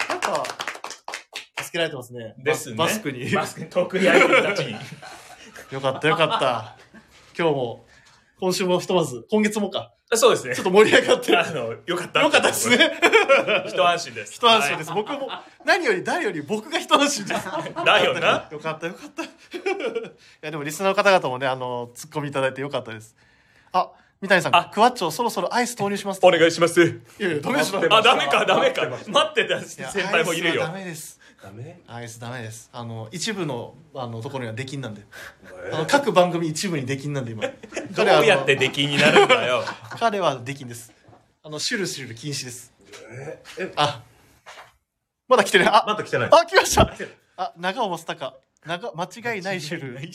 なんか助けられてますね。 ですね。 バスクに。 バスクに得意相手たちに。 よかったよかった。今日も今週もひとまず今月もか。 そうですね。 ちょっと盛り上がってる。 あのよかった。 よかったですね。 一安心です。 一安心です。はい、僕も何より誰より僕が一安心です。 だよな。 よかったよかった。いやでもリスナーの方々もね、あのツッコミいただいてよかったです。あ。三谷さん、クワッチョそろそろアイス投入します。 お願いします。 いやいや、ダメでしょ。 あ、ダメか、ダメか。待ってた先輩もいるよ。 ダメです。ダメ？アイスダメです。あの一部のあのところには出禁なんで。あの各番組一部に出禁なんで今。 どうやって出禁になるんだよ。 彼は出禁です。あのシュルシュル禁止です。ええ、あ、まだ来てない。あ、 まだ来てない。 あ、来ました。あ、長尾正隆。長間違いないシュル。間違い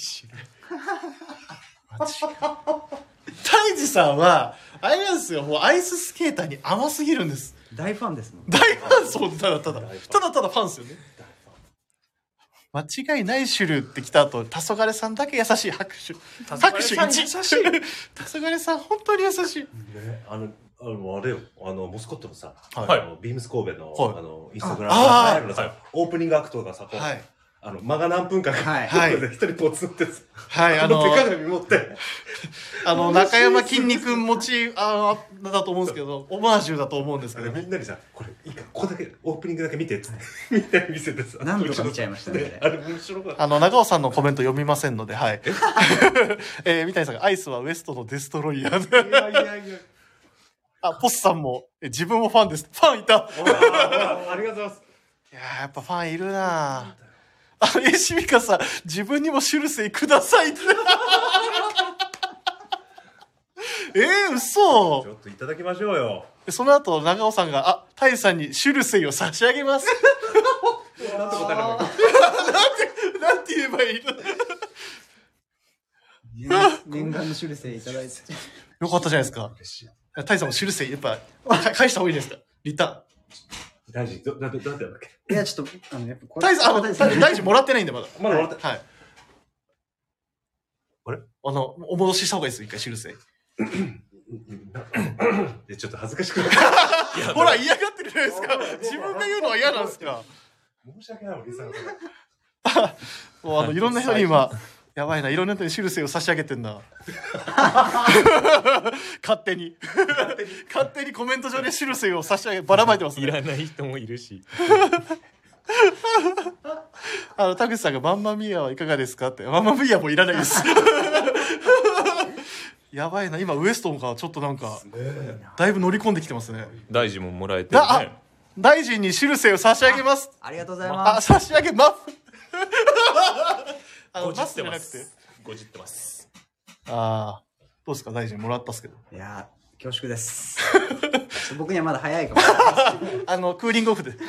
タイジさんはあれなんですよ、もうアイススケーターに甘すぎるんです。 大ファンですもん。 大ファン、そう、ただただただただファンですよね。 間違いないシュルって来た後、黄昏さんだけ優しい拍手。拍手いち。 優しい。 黄昏さん本当に優しい。 ね、あの、あの、あれよ、あの、モスコットのさ、 はいあのビームス神戸の、 はいあの、インスタグラムあライブのさ、オープニングアクトがさ、こうはい。 あの、間が何分間か、 はいはいで一人ポツンってさ、 はい、ああの、 の手、鏡持って、 あの、中山きんに君持ち、ああ、だと思うんですけど、オマージュだと思うんですけど、 みんなにさ、これいいか、ここだけ、オープニングだけ見てっつって、みんなに見せてさ。 何度か見ちゃいましたねあれ面白かった。 あの、長尾さんのコメント読みませんので、はい。えー、三谷さんが、アイスはウエストのデストロイヤーで。 いやいやいや。 あ、ポスさんも、え自分もファンです。ファンいた。 ほらほらありがとうございます。 いやーやっぱファンいるなぁ。あ、えしみかさん、自分にもシュルセイくださいって。えー、嘘ちょっといただきましょうよ。 その後、長尾さんが、あ、タイさんにシュルセイを差し上げます。 なんて答えればいいなんて、なんて言えばいいの念願のシュルセイいただいて。 よかったじゃないですか。 嬉しい。 タイさんもシュルセイ、やっぱ、か返した方がいいですかリターン。 大事、ど、ど、ど、どうやってやるんだっけ。 いや、ちょっと、あの、やっぱこれ。 タイさん、あの、タイ大臣もらってないんで、まだ。 まだ終わって。 はい。 あれあの、お戻しした方がいいです、一回、シュルセイ。 で、ちょっと恥ずかしくなっほら、嫌がってるじゃないですか。自分が言うのは嫌なんですか。 申し訳ないわ、リサの。 もうあの、いろんな人に今、やばいな、いろんな人にシュルセイを差し上げてんな。勝手に。勝手にコメント上でシュルセイを差し上げ、ばらまいてますね。 いらない人もいるし。 あの、田口さんがマンマミーアはいかがですかって。マンマミーアもいらないです。やばいな、今ウエストンがちょっとなんか、だいぶ乗り込んできてますね。 大臣ももらえてるだ、あね。 大臣にシュルセイを差し上げます。 ありがとうございあ、 ます。 差し上げます。あの、 ごじってマスじゃなくて。 ます。ごじってます。 ああ、どうですか、大臣もらったっすけど。 いやー、恐縮です。僕にはまだ早いかもしれない。 あの、クーリングオフで。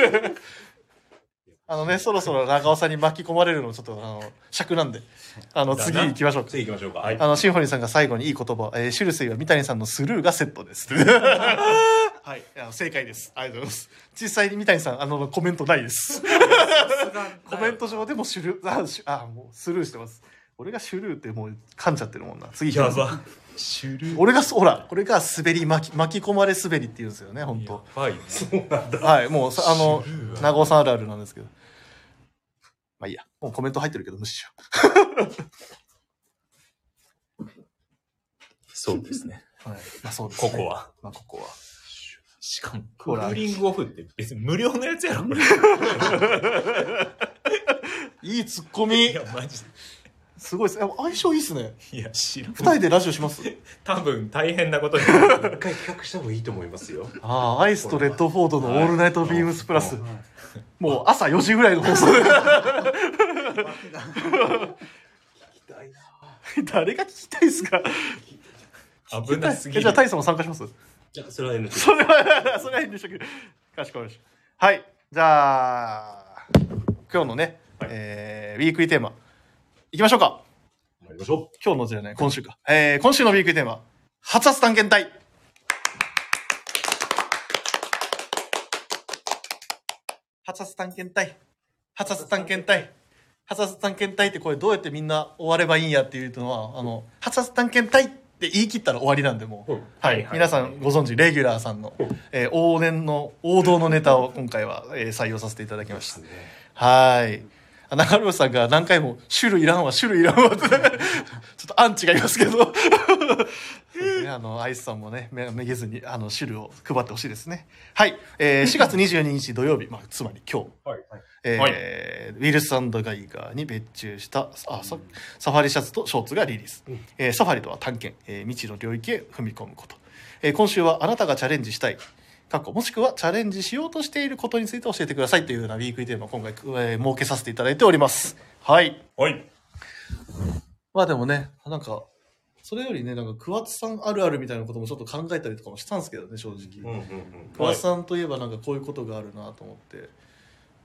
あのね、そろそろ長尾さんに巻き込まれるのちょっと、あの、尺なんで。あの、次行きましょうか。 次行きましょうか。 はいあの、シンフォニーさんが最後にいい言葉、えー、シュルセイは三谷さんのスルーがセットです。はい、いや正解です。ありがとうございます。実際に三谷さん、あの、コメントないです。コメント上でもシュルー、あ、シュあもうスルーしてます。俺がシュルーってもう噛んじゃってるもんな。次行きます。 シュル俺が、ほら、これが滑り巻き、巻き込まれ滑りって言うんですよね、本当はいね。 はい、もうさ、あのシュルー、は長尾さんあるあるなんですけど。まあいいや。もうコメント入ってるけど無視しよそうですね。 う。はい。まあそうです、ね。 ここは。 まあここは。 しかも、クほらーリングオフって別に無料のやつやろ、これ。 いいツッコミいや、マジすごいです。やっぱ相性いいっすね。 で。いや、知らん。 二人でラジオします多分大変なことになる。 一回企画した方がいいと思いますよ。 ああ、アイスとレッドフォードのオールナイトビームスプラス。もう朝よじぐらいの放送で。誰が聞きたいですか危なすぎる。 えじゃあ、タイさんも参加しますじゃあ、それは エヌティー。 それは、それは遠慮しとく。かしこまりました。はい。じゃあ、今日のね、えー、ウィークリーテーマ、いきましょうか。 参りましょ今日のじゃない、今週か。えー、今週のウィークリーテーマ、初発探検隊。初発探検隊。初発探検隊。初発探検隊ってこれどうやってみんな終わればいいんやっていうのは、あの、初発探検隊って言い切ったら終わりなんで、もう。 うんはい、 はいはい皆さんご存知、レギュラーさんの、えー往年の王道のネタを今回は、えー採用させていただきました。はい。あ中村さんが何回も、種類いらんわ、種類いらんわって、ちょっとアンチがいますけど。そうですね、あの、アイスさんもね、めめげずに、あの、汁を配ってほしいですね。はい。えー、しがつにじゅうににち土曜日、まあ、つまり今日。 はい。 えーはいウィルス&ガイガーに別注したあササファリシャツとショーツがリリース、えーサファリとは探検、えー未知の領域へ踏み込むこと、えー今週はあなたがチャレンジしたい過去もしくはチャレンジしようとしていることについて教えてくださいというようなウィークリーテーマを今回、えー設けさせていただいておりますはいはい。 まあでもねなんかそれよりねなんか桑津さんあるあるみたいなこともちょっと考えたりとかもしたんですけどね正直、 うんうんうん。 桑津さんといえばなんかこういうことがあるなと思って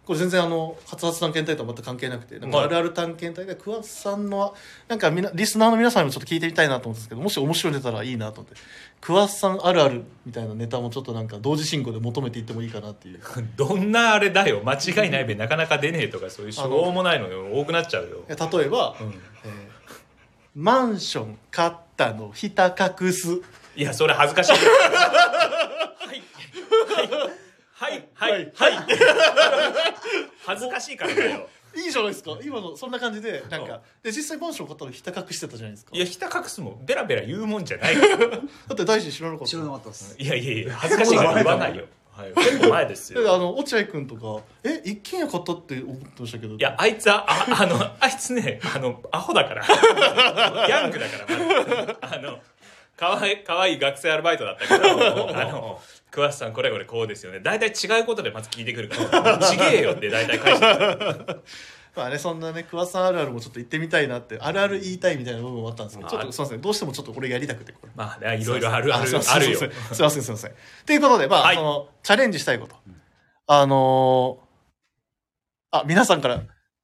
これ全然あの初々探検隊とは全く関係なくて、なんかあるある探検隊で桑田さんのなんかみなリスナーの皆さんにもちょっと聞いてみたいなと思うんですけど、もし面白いネタらいいなと思って、桑田さんあるあるみたいなネタもちょっとなんか同時進行で求めていってもいいかなっていう。 どんなあれだよ、間違いないべなかなか出ねえとか、そういうしょうもないの多くなっちゃうよ。 例えば、うん、えー、マンション買ったのひた隠す。 いやそれ恥ずかしいはいはいはいはいはい恥ずかしいからだよ。 いいじゃないですか、今のそんな感じでなんかで実際マンション買ったのひた隠してたじゃないですか。 いやひた隠すもベラベラ言うもんじゃないからだって大臣知らなかった。 知らなかったっす。 いやいやいや恥ずかしいから言わないよ。はい、結構前ですよ。 あの落合君とかえ一軒家買ったって思ってましたけど。 いやあいつはああのあいつねあのアホだからギャングだから、ま、あのかわいかわいい学生アルバイトだったけどあの桑田さんこれこれこうですよね、大体違うことでまず聞いてくるからちげえよって大体返してまあね、そんなね桑田さんあるあるもちょっと言ってみたいなって、あるある言いたいみたいな部分もあったんですけど、ちょっとすいません、どうしてもちょっとこれやりたくて、これまあねいろいろあるあるあるよ。 すいませんすいません。ということでまあ、はい、そのチャレンジしたいこと、うん、あのー、あ皆さんから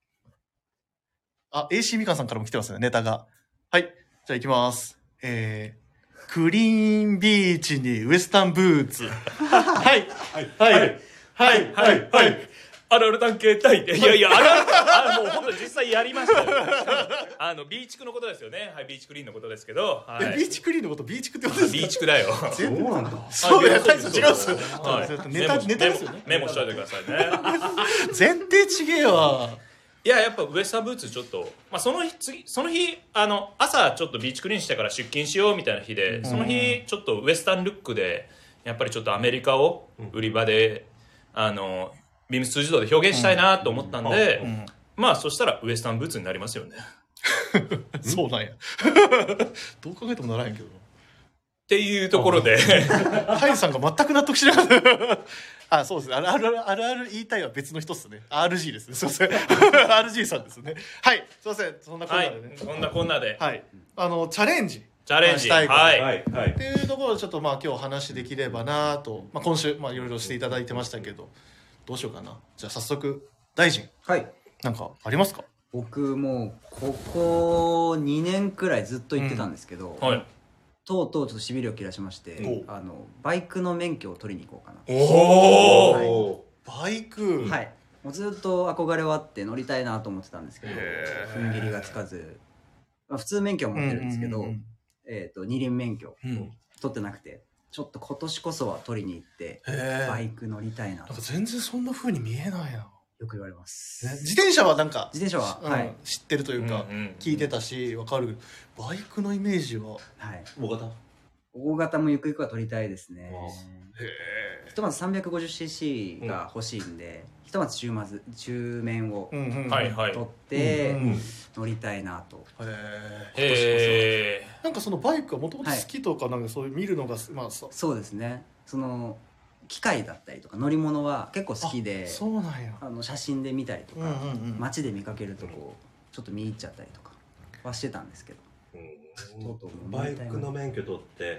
あ エーシー みかんさんからも来てますね、ネタが。はい、じゃあいきます。えークリーンビーチにウエスタンブーツ。はいはいはいはいはいはい。 あるある探検隊。いやいやあるあるあもう本当に実際やりましたよ。あのビーチクのことですよね。はいビーチクリーンのことですけど。 はい、ビーチクリーンのことビーチクってことですか。 ビーチクだよ。 そうなんだ。そうや大将違うっす。ネタネタですよね。 メモしといてくださいね。 前提ちげえわ。 いややっぱウエスタンブーツちょっと、まあ、その日次その日あの朝ちょっとビーチクリーンしてから出勤しようみたいな日で、うん、その日ちょっとウエスタンルックでやっぱりちょっとアメリカを売り場で、うん、あのビームス通じ道で表現したいなと思ったんで、うんうん、まあそしたらウエスタンブーツになりますよね。 そうなんや。どう考えてもならへんけどっていうところでハイさんが全く納得しなかったあ、そうですね。あるあるあるある言いたいは別の人っすね。アールジー ですね。すいません。アールジー さんですね。はい。すいません。そんなこんなでね。 はい、そんなこんなで。 はい。あのチャレンジ。 チャレンジしたいこと。 はい。 はい。っていうところでちょっとまあ今日お話できればなと。まあ今週まあいろいろしていただいてましたけど、どうしようかな。じゃあ早速大臣。 はい。 なんかありますか。 僕もうここにねんくらいずっと言ってたんですけど。 うん、はい。 とうとうちょっとしびれを切らしまして、あのバイクの免許を取りに行こうかな。 おお、 はい、バイク。 はい。もうずっと憧れはあって乗りたいなと思ってたんですけど、踏ん切りがつかず、まあ、普通免許は持ってるんですけど、うんうんうん、えっと二輪免許を取ってなくて、ちょっと今年こそは取りに行ってバイク乗りたいな。 なんか全然そんな風に見えないな。 よく言われます、 ね、自転車はなんか自転車は、 うんはい、知ってるというか、うんうん、聞いてたし分かる。バイクのイメージは、 はい、 大型大型もゆくゆくは取りたいですね。 へえ。ひとまず さんびゃくごじゅうシーシー が欲しいんで、うん、ひとまず中まず中面を取って乗りたいなと。 へえ。なんかそのバイクはもともと好きとか、なんかそういう見るのが、まあさ、 そうですね。その機械だったりとか乗り物は結構好きで、 そうなんや。 あの写真で見たりとか、うんうんうん、街で見かけるとこうちょっと見入っちゃったりとかはしてたんですけど、 うん、バイクの免許取って、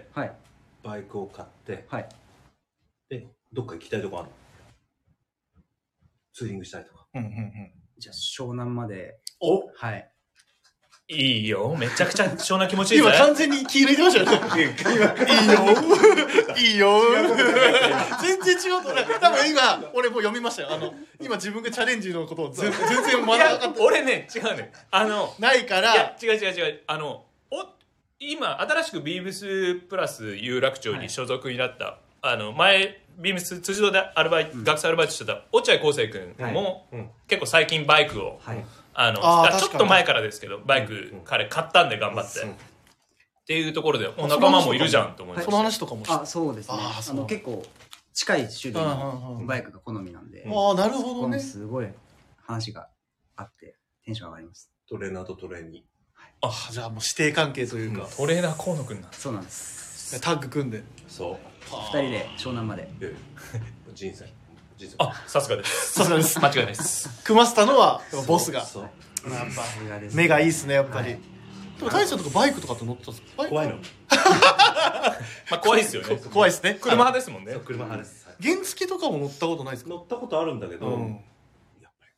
はい、 バイクを買って、 はい、 でどっか行きたいとこあるの？ツーリングしたいとか、 うんうんうん、じゃあ湘南まで。 お、 はい、 いいよ、めちゃくちゃ湘南気持ちいいぜ。 今完全に気抜いてましたよね。いいよいいよ全然違うとね。多分今俺もう読みましたよ。あの今自分がチャレンジのことを全然全然学ばなかった。 俺ね違うね、あのないから。 いや違う違う違う、あのお今新しくビームスプラス有楽町に所属になった、はい、あの前ビームス辻堂でアルバイト、うん、学生アルバイトしてた落合康生君も、はい、結構最近バイクを、はい、あのあちょっと前からですけどバイク、うん、彼買ったんで頑張って、うん、っていうところでお仲間もいるじゃんと思いました。 その話とかもして。 あ、そうですね。ああの結構近い種類のバイクが好みなんで、 うん、ああなるほどね。 すごい話があってテンション上がります。 トレーナーとトレーニー、 はい、あじゃあもう師弟関係というか、うん、 トレーナー河野くんなんそうなんです。 タッグ組んで、 そうふたりで湘南まで。 人生あ、さすがです。 さすがです。 間違いないです。 組ませたのはボスが。 そう。 やっぱ目がいいっすねやっぱり。はい、でも大将とかバイクとかって乗ってたんですか？ 怖いの。 まあ怖いですよね。 怖いですね。 車派ですもんね。 車派です。 原付とかも乗ったことないですか？ 乗ったことあるんだけど、うん、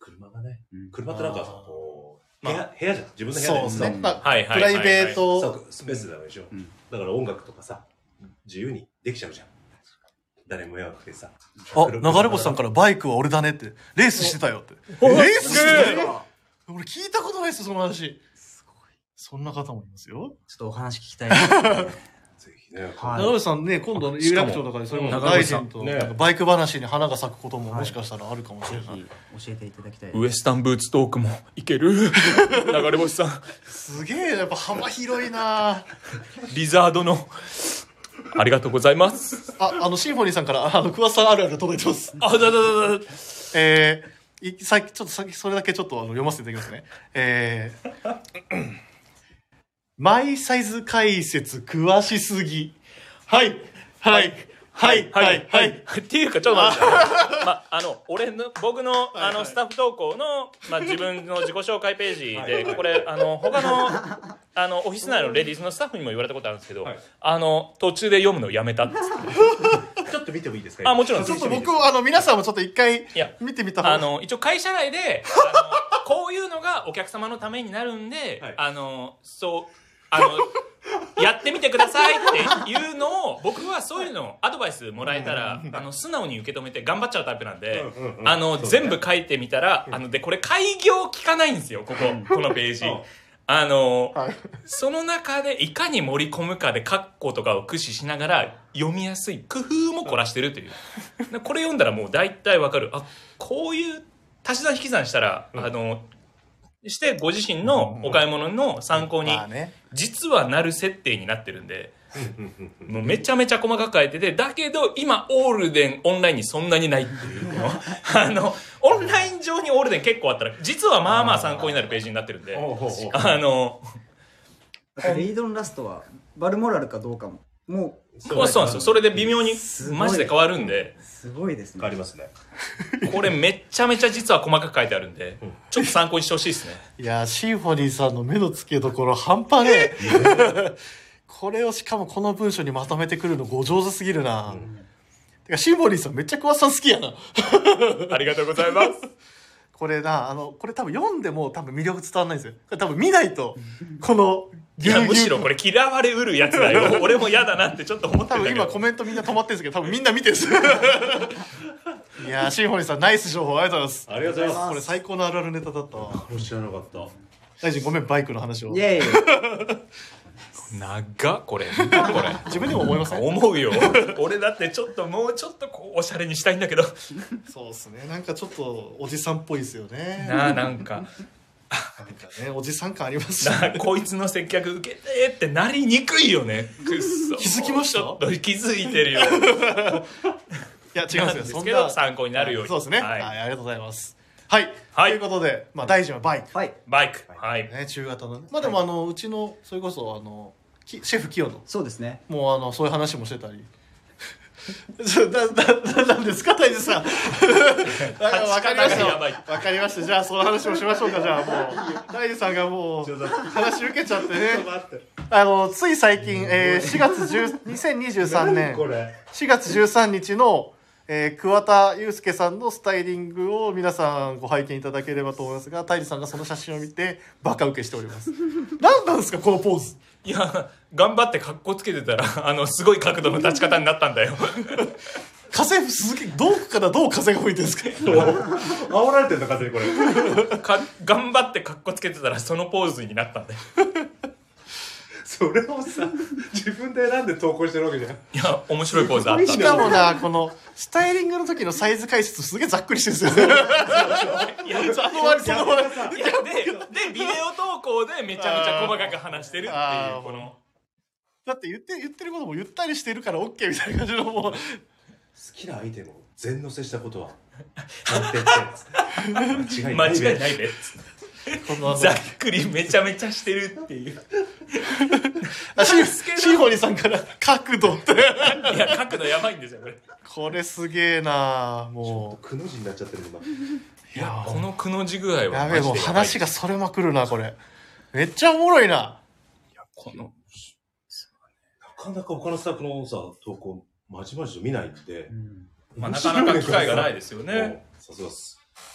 車がね、 うん車ってなんかさ、 あーこう、 まあ部屋、部屋じゃん。自分の部屋でそうですね。まあはいはいプライベート、 そうスペースだでしょ。 うんだから音楽とかさ、自由にできちゃうじゃん。誰も迷惑かけてさ。 あ、流れ星さんからバイクは俺だねって、レースしてたよって。レースしてたよ俺聞いたことないですよ、その話。すごい。そんな方もいますよ。 ちょっとお話聞きたいですね。 ぜひね。 はい流れ星さんね、今度、有楽町とかでそれこそ大臣と、 ねなんかバイク話に花が咲くことももしかしたらあるかもしれない。 ぜひ教えていただきたい。 ウエスタンブーツトークもいける。流れ星さん。 すげえ、やっぱ幅広いなリザードの。ありがとうございます。 あ、あの、シンフォニーさんから、あの、桑田さんあるある届いてます。 あ、だだだだ。 えー、いさっき、ちょっとさっきそれだけちょっとあの読ませていただきますね。えー、マイサイズ解説詳しすぎ。はい、はい、はい、はい、はい。 っていうか、ちょっと待って。まあ、あの、俺の、僕の、あの、スタッフ投稿の、まあ、自分の自己紹介ページで、これ、あの、他の、あの、オフィス内のレディースのスタッフにも言われたことあるんですけど、 はいあの、途中で読むのやめたっつって。 ちょっと見てもいいですか？ あ、もちろんちょっと僕は、あの、皆さんもちょっと一回いや見てみた方が。 あの、一応会社内で、あの、こういうのがお客様のためになるんで、 はいあの、そう、あの、やってみてくださいっていうのを、僕はそういうのをアドバイスもらえたら、あの、素直に受け止めて頑張っちゃうタイプなんで、 うんうんうんあの、 そうね全部書いてみたら、あの、で、これ開業聞かないんですよ、ここ、このページ。あの、 はいその中でいかに盛り込むかでカッコとかを駆使しながら読みやすい工夫も凝らしてるという。でこれ読んだらもう大体わかる。あ、こういう足し算引き算したら、あの、してご自身のお買い物の参考にまあね。 実はなる設定になってるんで、もうめちゃめちゃ細かく書いてて、だけど今オールデンオンラインにそんなにないっていう、この、あの、オンライン上にオールデン結構あったら、実はまあまあ参考になるページになってるんで、 ほうほうほうあの、 レイドンラストはバルモラルかどうかももうそうそうなんですよ。それで微妙にすごいマジで変わるんで、 すごいですね。 変わりますね。 これめっちゃめちゃ実は細かく書いてあるんで、ちょっと参考にしてほしいですね。 いや、シンフォニーさんの目の付けどころ半端ねえ。これをしかもこの文章にまとめてくるのご上手すぎるな。てか、シンフォニーさんめっちゃ桑田さん好きやな。 ありがとうございます。 これな、あの、これ多分読んでも多分魅力伝わんないんですよ。これ多分見ないと、この、 いや、むしろこれ嫌われうるやつだよ。俺も嫌だなってちょっと思って多分るんだけど。 今コメントみんな止まってるんですけど、多分みんな見てるんです。いやー、シンフォニーさんナイス情報ありがとうございます。 ありがとうございます。 これ最高のあるあるネタだったわ。 これ知らなかった。 大臣ごめん、バイクの話をイ。エーイ。 長っこれ。なんこれ。 自分でも思いません？ 思うよ。俺だってちょっともうちょっとこうおしゃれにしたいんだけど。 そうですね。なんかちょっとおじさんっぽいですよね。 なあ、なんか。 なんかね、おじさん感ありますしなあこいつの接客受けてってなりにくいよね。くっそ。 気づきましたちょっと気づいてるよ。 いや、違うんですよ。 なんですけど参考になるようにそうですね。 ははいい、ありがとうございます。はい。 はいということで、まあ、大臣はバイク。 はい。 バイク。はい。 ね、中型のね。まあでも、あの、うちの、それこそ、あの、きシェフ清野。 そうですね。 もう、あの、そういう話もしてたり。ちょな、な、な、なんですか、大臣さん。わかりました。 やばいわかりました。じゃあ、その話もしましょうか、じゃあ、もう。大臣さんがもう、話受けちゃってね。あの、つい最近、えー、しがつじゅう、にせんにじゅうさんねん、 これ。 しがつじゅうさんにちの、えー、桑田祐介さんのスタイリングを皆さんご拝見いただければと思いますが、タイリさんがその写真を見てバカ受けしております。何なんですかこのポーズ。 いや、頑張って格好つけてたら、あの、すごい角度の立ち方になったんだよ。 風鈴木、どうからどう風が吹いてるんですか。 煽られてんの風にこれ。 か頑張って格好つけてたら、そのポーズになったんだよ。 それをさ、自分で選んで投稿してるわけじゃん。 いや、面白いポーズあったしんだよ。 かもな、このスタイリングの時のサイズ解説すげえざっくりしてるんですよね。 いや、 その割その割。 いやで、で、ビデオ投稿でめちゃめちゃ細かく話してるっていう、 あーこの。 だって言って言ってることもゆったりしてるから OK みたいな感じのもう。 好きなアイテムを全乗せしたことは何点点です間違い間ない違いないね。 このざっくりめちゃめちゃしてるっていう。 あシーシーホニさんから角度って。 いや、角度やばいんですよ、これ。 これすげえなもくの字になっちゃってる今。 う。 いや、このくの字具合はやべえ、 マジでやばい。 もう話がそれまくるな、これ。めっちゃおもろいな。 この、 なかなか他のスタッフのさ、投稿、まじまじと見ないんで。 うん。 まあ、なかなか機会がないですよね。 さすがっす。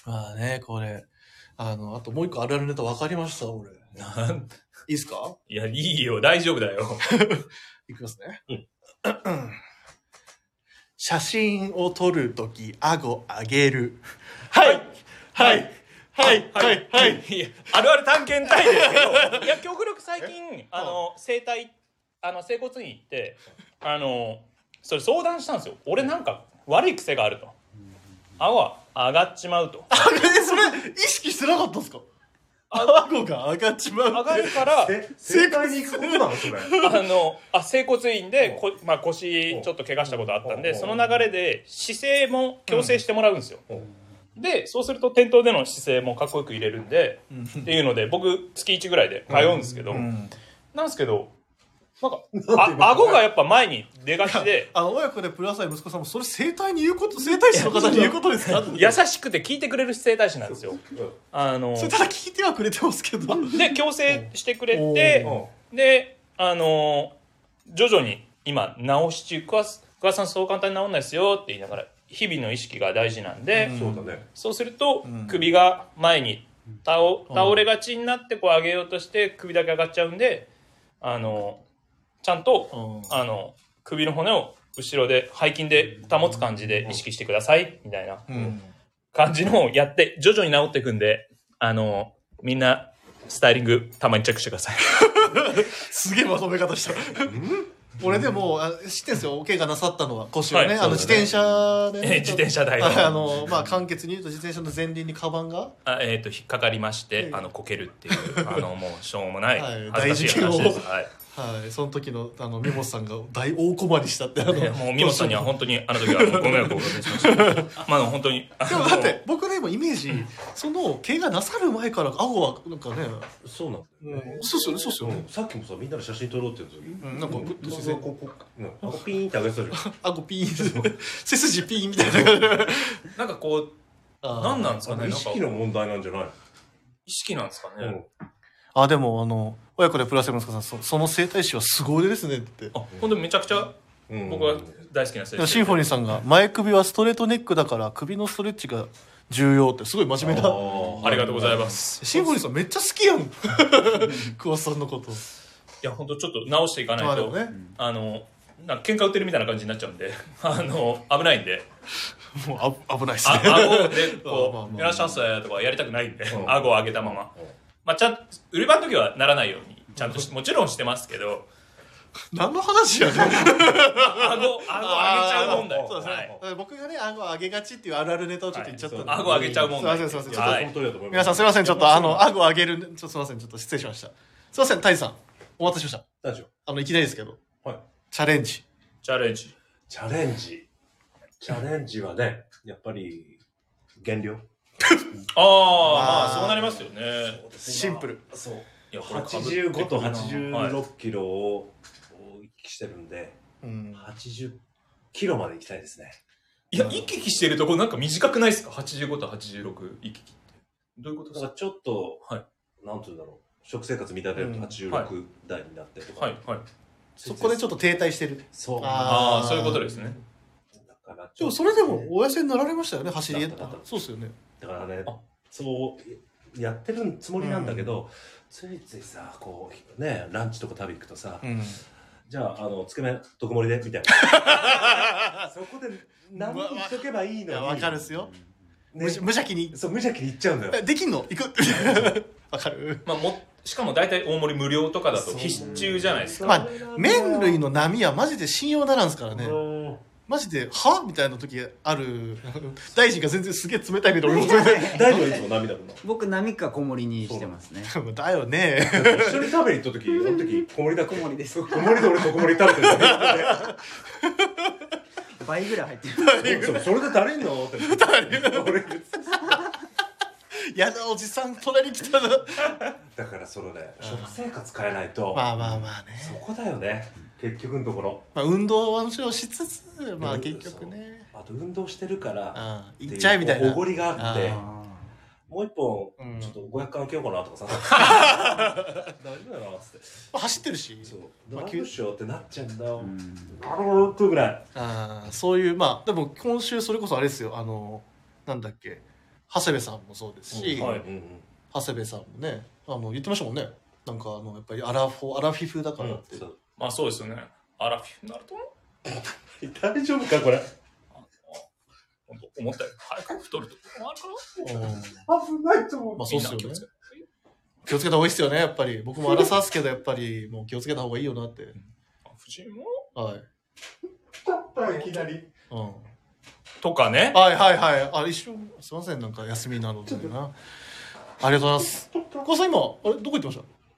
まあね、これ。あの、あともう一個あるあるネタ分かりました、俺。 なんいいっすか？ いや、いいよ、大丈夫だよ。 いきますね。 うん写真を撮るとき、顎上げる。はいはいはいはいはい。 いや、あるある探検隊ですけど、いや、極力最近、あの、整体、あの、整骨院行って、あの、それ相談したんですよ。俺なんか悪い癖があると。顎は上がっちまうと。 それ、意識してなかったんですか？顎が上がっちまう。 上がるから、 整体に行くことなのそれ。 あの、あ、整骨院でこ、まあ、腰ちょっと怪我したことあったんで、その流れで姿勢も矯正してもらうんですよ。で、そうすると店頭での姿勢もかっこよく入れるんで、っていうので、僕月いちぐらいで通うんですけど、なんですけど、なんか、あ、顎がやっぱ前に出がちで、 あの、親子でプラスアイ息子さんも、それ整体に言うこと、整体師の方に言うことですか？ 優しくて聞いてくれる整体師なんですよ。あの、 それただ聞いてはくれてますけど。 で、矯正してくれて、で、あの、徐々に今、直し中、桑田さんそう簡単に治んないですよって言いながら、日々の意識が大事なんで、 うん、そうだね。 そうすると、首が前に倒、倒れがちになってこう上げようとして首だけ上がっちゃうんで、あの、ちゃんと、あの、首の骨を後ろで背筋で保つ感じで意識してくださいみたいな感じのをやって徐々に治っていくんで、あの、みんなスタイリングたまにチェックしてください。 すげえまとめ方した。俺でもあ知ってんすよ、お怪我なさったのは腰をね、 はい、 あの自転車で、ね、 自転車台あのまあ簡潔に言うと自転車の前輪にカバンがあ、えー、と引っかかりまして、あのこけるっていうあのもうしょうもない恥ずかしい話です。 はい、 はい、その時のあのミモさんが大大困りしたってあのもうミモさんには本当にあの時はご迷惑をおかけしましたまあ本当にでもだって僕ねもイメージその怪我なさる前から顎はなんかねそうなんだよね、 うん、そうっすよねそうっすよね、 うん、さっきもさみんなで写真撮ろうって言った時、 うん、なんかグッと自然ここ顎ピーンって上げてたじゃん顎ピーン背筋ピーンみたいななんかこう何なんですかね、 意識の問題なんじゃない？ 意識なんですかね、うんあ、でも、あの、親子でプラス息子さん、そその整体師は凄腕ですねって。 あ、本当にめちゃくちゃ、僕は大好きな整体師。 シンフォニーさんが、前首はストレートネックだから、首のストレッチが重要って、すごい真面目な。 ありがとうございます。 シンフォニーさんめっちゃ好きやん。桑田さんのこと。いや、本当ちょっと直していかないと、ね、あの、なんか喧嘩売ってるみたいな感じになっちゃうんで、あの、危ないんで。 もうあ危ないっすね。 顎で、こう、いらっしゃいませとかやりたくないんで、顎を上げたまま。まあ、ちゃんと売り場の時はならないようにちゃんとしもちろんしてますけど何の話やねん。 顎顎上げちゃう問題。 そうですね、はい、僕がね顎上げがちっていうあるあるネタをちょっと言っちゃったんで、 はい、顎上げちゃう問題。 すいませんすいません、はい、皆さんすいません、ちょっとあの顎上げるちょっとすいません、ちょっと失礼しました。すいません、タイさんお待たせしました。 大丈夫。 あのいきなりですけど、はい、チャレンジチャレンジチャレンジチャレンジはねやっぱり減量ああ、まあそうなりますよね。 シンプル。 そう。いやはちじゅうごとはちじゅうろっキロを行き来してるんで、うん、はちじゅっキロまで行きたいですね。 いや、行き来してるとこなんか短くないですか？はちじゅうごとはちじゅうろく行き来って。どういうことですか？ ちょっと、はい、なんていうんだろう。食生活乱れるとはちじゅうろく代になってとか。はいはい。 そこでちょっと停滞してる。 そう。 ああ、そういうことですね。 でもそれでもお痩せになられましたよね、走り。そうですよね。 だからね、そうやってるつもりなんだけど、うん、ついついさこうねランチとか食べ行くとさ、うん、じゃああのつけ麺特盛りでみたいなそこで何も言っとけばいいのに。 わかるっすよ、ね、無邪気に。 そう無邪気に行っちゃうんだよ。 できんの行くわかる。 まあもしかも大体大盛り無料とかだと必中じゃないですか。 まあ麺類の波はマジで信用ならんすからね。マジではみたいな時ある。大臣が全然すげえ冷たいけど俺も全然大臣はいつも波だろうな。 僕波か小盛りにしてますね。 だよね。 一緒に食べに行った時あの時小盛りだ小盛りです。 小盛りで俺と小盛り食べてる倍ぐらい入ってる。 それで足りんのって俺やだおじさん隣に来たな。 だからそのね食生活変えないと。 まあまあまあね。 そこだよね。結局のところ、 まあ、運動はもちろんしつつ、まあ結局ね、 あと運動してるから行っちゃいみたいなおごりがあってもう一本、うん、ちょっとごひゃくかん開けようかなとかさ大丈夫だなっつって走ってるし、 そうどうしようってなっちゃうんだよ、あのぐらい。 あそういうまあでも今週それこそあれですよ、あのなんだっけ長谷部さんもそうですし、 うんはい長谷部さんもねあの言ってましたもんね。なんかあのやっぱりアラフォーアラフィフだからって、 うん、まあそうですよね。アラフィフになると大丈夫かこれ。 思ったより早く太るとこあるかな。危ないと思う。 まあそうっすよね。気をつけた方がいいっすよねやっぱり。僕もアラサーっすけどやっぱりもう気をつけた方がいいよなって。 藤井もはい。 いきなり。 うん。 とかね。 はいはいはい。あ一瞬すいませんなんか休みなのでな。ありがとうございます。こうさん今あれどこ行ってました？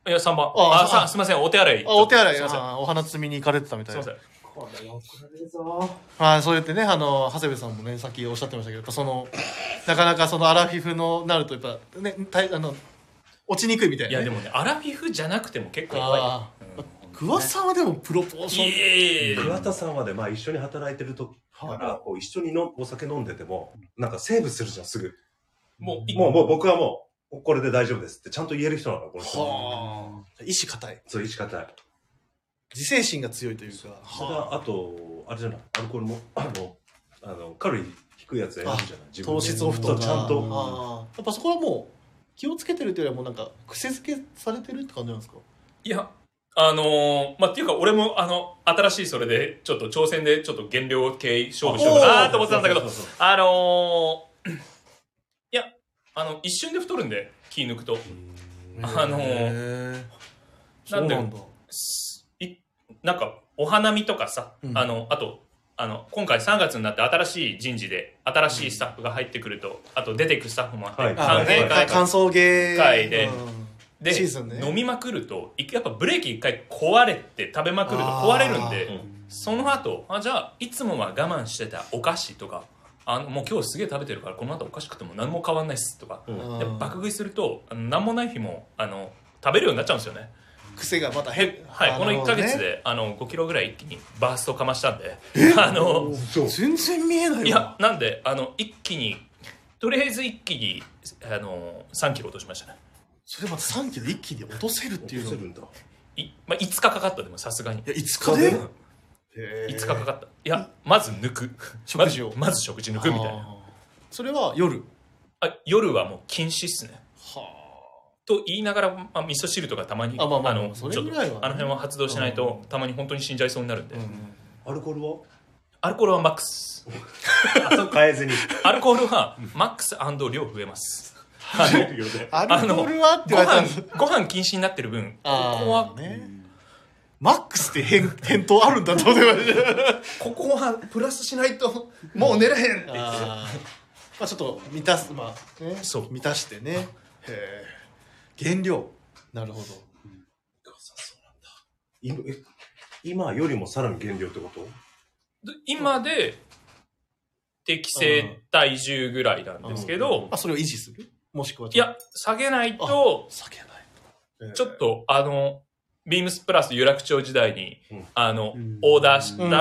いやさんばん。 ああさすみませんお手洗い。 あお手洗い。 すみません。 あお花摘みに行かれてたみたいな。 すみません。 これは怒られるぞ。 まあそうやってねあの長谷部さんもねさっきおっしゃってましたけどやっぱそのなかなかそのアラフィフのなるとやっぱねたいあの落ちにくいみたいな、ね、 いやでもねアラフィフじゃなくても結構やばいよ。 あ桑田さんはでもプロポーション。 いえいえ桑田さんはね、まあ一緒に働いてる時からこう一緒にのお酒飲んでてもなんかセーブするじゃんすぐ。 もうもうもう僕はもうこれで大丈夫ですってちゃんと言える人なのこの人。 はあ。意志固い。 そう意志固い。 自制心が強いというか。 それはあとあれじゃないアルコールもあのあのカロリー低いやつ選ぶじゃない。自分糖質オフとかそうちゃんと。 あやっぱそこはもう気をつけてるというよりはもうなんか癖づけされてるって感じなんですか？ いやあのー、まあっていうか俺もあの新しいそれでちょっと挑戦でちょっと減量系勝負しようかなと思ってたんだけどあのー、いやあの一瞬で太るんで気抜くとあのー、なんでいなんかお花見とかさ、うん、あのあとあの今回さんがつになって新しい人事で新しいスタッフが入ってくるとあと出てくスタッフもあって、はい、 歓迎会感想芸会で、うん、で、 ね、 飲みまくるとやっぱブレーキ一回壊れて食べまくると壊れるんで、うん、その後あじゃあいつもは我慢してたお菓子とかあのもう今日すげえ食べてるからこの後お菓子食っても何も変わんないっすとか、うん、で爆食いするとあの何もない日もあの食べるようになっちゃうんですよね。 癖がまた変、 はい、このいっかげつであのごキロぐらい一気にバーストかましたんであの全然見えないわ。 いやなんであの一気にとりあえず一気にあのさんキロ落としましたね。 それまたさんキロ一気に落とせるっていうの落とせるんだ。 い、まあ、いつかかかったでもさすがにいやいつかでいつかかかったいやまず抜く食事をまず、まず食事抜くみたいな。 それは夜あ夜はもう禁止っすね。はあと言いながら、まあ、味噌汁とかたまにあ、まあまあ、 あのそれぐらいは、ね、 あの辺は発動しないと、うん、たまに本当に死んじゃいそうになるんで、うん、 アルコールはアルコールはマックスあそう変えずにアルコールはマックス&量増えますあのアルコールはって言われたご飯禁止になってる分ここは、 ね、マックスって返返答あるんだと思ってましたここはプラスしないともう寝れへんって言ってあ、まあ、ちょっと満たすまあねそう満たしてねへえ減量なるほど、うん、 そうなんだ。今、え今よりもさらに減量ってこと？ 今で適正体重ぐらいなんですけど、 あそれを維持するもしくはいや下げないと下げない、 えー、ちょっとあのビームスプラス有楽町時代に、うん、あの、うん、オーダーした、うん、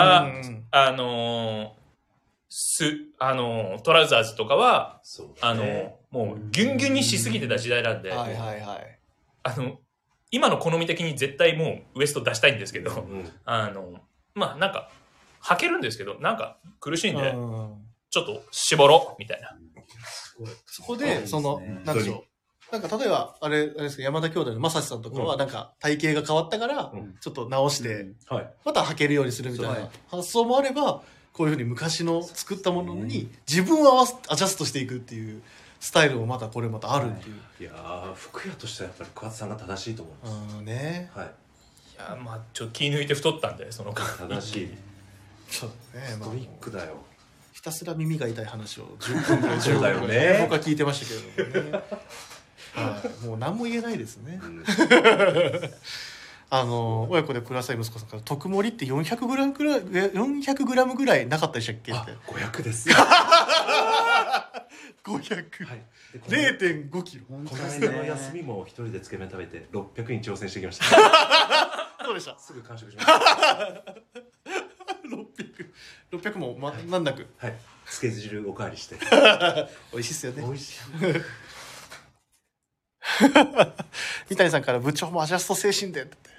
あのすあのトラウザーズとかは、ね、あのもうギュンギュンにしすぎてた時代なんで、 はいはいはい、 あの今の好み的に絶対もうウエスト出したいんですけど、うん、あのまあなんか履けるんですけどなんか苦しいんで、うん、ちょっと絞ろうみたいな。 そこでそのなんでしょうなんか例えばあれあれですか山田兄弟の正志さんとかはなんか体型が変わったからちょっと直して、うんはい、また履けるようにするみたいな発想もあれば。こういうふうに昔の作ったものに自分を合わせアジャストしていくっていうスタイルもまたこれまたあるっていう、 はい、いやー服屋としてはやっぱり桑田さんが正しいと思います。 あね、 はい、いやまあちょっと気抜いて太ったんでその正しいそうねストイックだよ。 ひたすら耳が痛い話をじゅっぷんぐらいじゅうだよね僕は聞いてましたけどねはい、もう何も言えないですね、うんあの親子で暮らしたい息子さんから特盛りって よんひゃくグラム ぐらいよんひゃくグラムぐらいなかったでしたっけって。 ごひゃくですごひゃく、はい、れいてんごキロ。 この間の休みも一人でつけ麺食べてろっぴゃくに挑戦してきましたどうでした？ すぐ完食しましたろっぴゃく、ろっぴゃくもま難なく、 はい、つけ汁おかわりして美味しいっすよね。 美味しい三谷さんから部長もアジャスト精神でって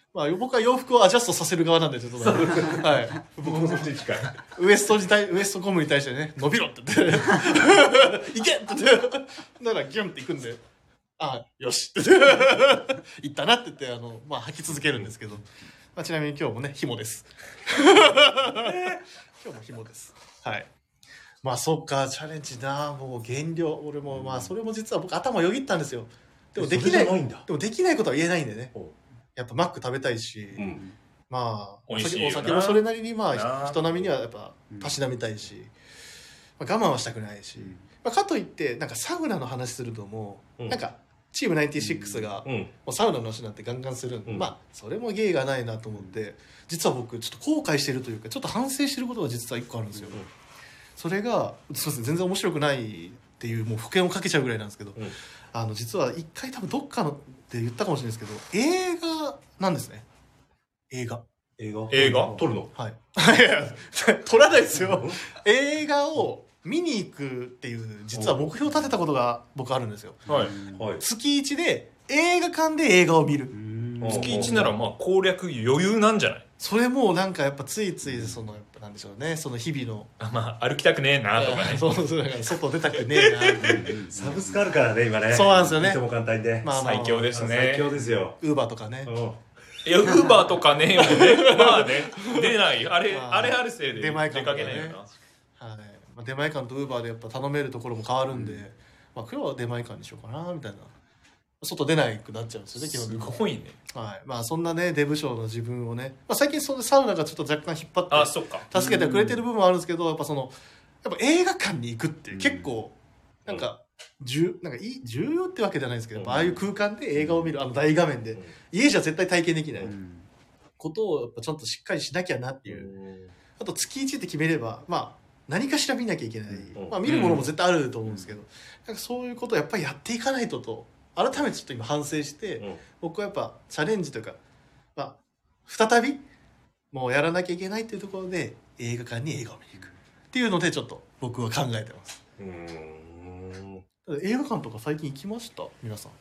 まあ僕は洋服をアジャストさせる側なんでちょっと、はい、僕もそっちに近い。 ウエストに対ウエストゴムに対してね伸びろって言っていけって言ってだからギュンっていくんで、あよしって言ったなって言ってあのまあ履き続けるんですけど、まあ、ちなみに今日もね紐です今日も紐です。はい。まあそっかチャレンジな、もう減量俺もまあそれも実は僕頭よぎったんですよ。でもできないでもできないことは言えないんでね。やっぱマック食べたいし、うん、まあお酒、お酒もそれなりにまあ人並みにはやっぱたしなみたいし、まあ、我慢はしたくないし、まあ、かといってなんかサウナの話するともう、うん、なんかチームナインティシックスがもうサウナの話なんてガンガンするんで、うん、まあそれも芸がないなと思って実は僕ちょっと後悔してるというかちょっと反省してることが実はいっこあるんですよ。うん、それがすいません全然面白くないっていうもう保険をかけちゃうぐらいなんですけど、うん、あの実は一回多分どっかのって言ったかもしれないですけど映画なんですね。映画映画映画撮るの？ はい撮らないですよ映画を見に行くっていう実は目標を立てたことが僕あるんですよ。はい、月いちで映画館で映画を見る。 月いちならまあ攻略余裕なんじゃない？ それもなんかやっぱついついそのやっぱなんでしょうね、その日々のあまあ歩きたくねえなとかねそうそう外出たくねえなサブスクあるからね今ね。 そうなんですよね。 とても簡単で、 まあまあ、最強ですね。 最強ですよ。 ウーバーとかね。 いやウーバーとかねもねまあね出ないあれ、まあ、あれあるせいで出かけないよな。はい、 まあ、出前館とウーバーでやっぱ頼めるところも変わるんで、うん、まあ今日は出前館にしようかなみたいな。外出ないくなっちゃうんですよね基本的に。 すごいね。 はい、まあそんなねデブ賞の自分をね、まあ、最近そのサウナがちょっと若干引っ張ってあそっか助けてくれてる部分はあるんですけど、やっぱそのやっぱ映画館に行くっていう結構なんか重なんかいい重要ってわけじゃないですけど、やっぱああいう空間で映画を見るあの大画面で家じゃ絶対体験できないことをやっぱちゃんとしっかりしなきゃなっていう。あと月いちって決めればまあ何かしら見なきゃいけない、まあ見るものも絶対あると思うんですけど、なんかそういうことをやっぱりやっていかないとと改めてちょっと今反省して、うん、僕はやっぱチャレンジというか、まあ、再びもうやらなきゃいけないっていうところで映画館に映画を見に行くっていうのでちょっと僕は考えてます。うーん映画館とか最近行きました皆さん？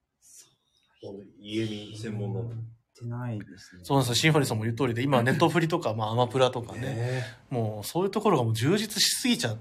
家に専門なの？ てないですね。 そうなんですよ。シンフォニーさんも言う通りで今ネットフリとか、まあ、アマプラとかねもうそういうところがもう充実しすぎちゃって、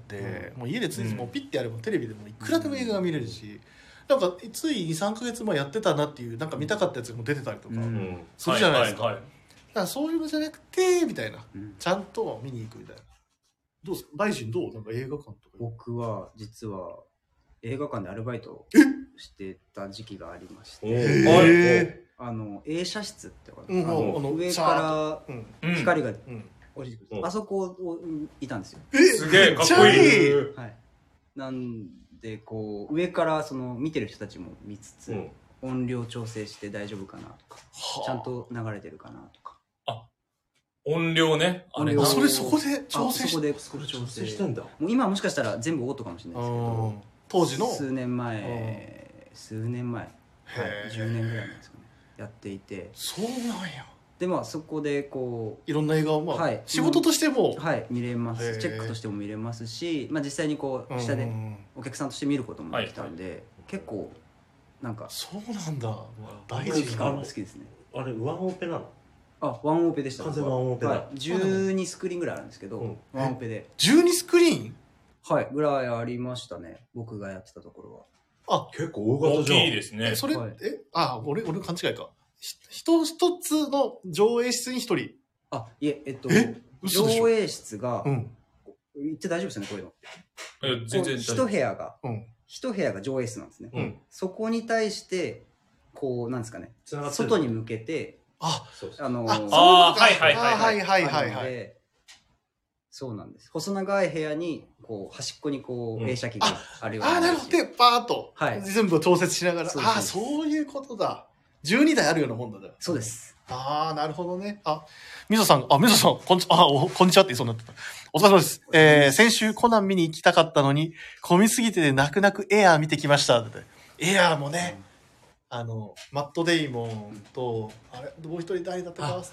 うん、もう家でついついもうピッてやればテレビでもいくらでも映画が見れるし、なんかついにさんかげつまえやってたなっていうなんか見たかったやつも出てたりとかするじゃないですか。だからそういうのじゃなくてみたいな、うん、ちゃんと見に行くみたいな。どうですか大臣どうなんか映画館とか？ 僕は実は映画館でアルバイトしてた時期がありまして、えあの映写室ってわかる、うん、あの上から光が降りてくる、うん、あそこをいたんですよ。 えすげえかっこいい。 はい、なんでこう上からその見てる人たちも見つつ、うん、音量調整して大丈夫かなとか、ちゃんと流れてるかなとか。 あ音量ね。 あれそれそこで調整しそこで調整してんだ。もう今はもしかしたら全部オートかもしれないですけど、 当時の数年前数年前、はい、じゅうねんぐらいなんですかねやっていて。 そうなんや。 でまあそこでこういろんな映画を、まあはい、仕事としても、 はい、見れます。チェックとしても見れますし、まあ、実際にこう下でお客さんとして見ることもできたんで、はいはい、結構なんかそうなんだ。 大事期間が好きですね。 あれワンオペなの？ あワンオペでした。 完全ワンオペだ、はい、 じゅうにスクリーンぐらいあるんですけど、うん、ワンオペでじゅうにスクリーンはいぐらいありましたね僕がやってたところは。 あ結構大型じゃん。 大きいですね。 それ、はい、えあ俺俺の勘違いか。一一つの上映室に一人。 あいええっと上映室が、うん、言って大丈夫ですよねこういうの。 え全然一部屋が、うん、一部屋が上映室なんですね、うん、そこに対してこうなんですかね外に向けてああのー、 あはいはいはいはいはいはい。 そうなんです。細長い部屋にこう端っこにこう映写機があるような、 うん、ああなるほど。でパーッと、はい、全部調節しながら。ああそういうことだ。じゅうにだいあるようなもんだね。 そうです。 ああなるほどね。あみぞさんあみぞさんこんにちは。あおこんにちはって言いそうになってた。お疲れ様です。えー、先週コナン見に行きたかったのに混みすぎてで泣く泣くエアー見てきましたって。エアーもね。うんあのマット・デイモンと、うん、あれもう一人誰だったかはい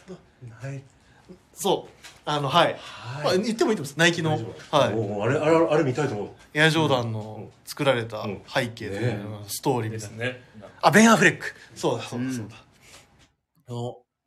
そうあのはい、はいまあ、言ってもいいと思いますナイキの、はい、 あれあれあれ見たいと思う。 エアジョーダンの作られた背景で、うん、ストーリーみたいな、 ね、 あベン・アフレックそうだそうだそうだ、うん、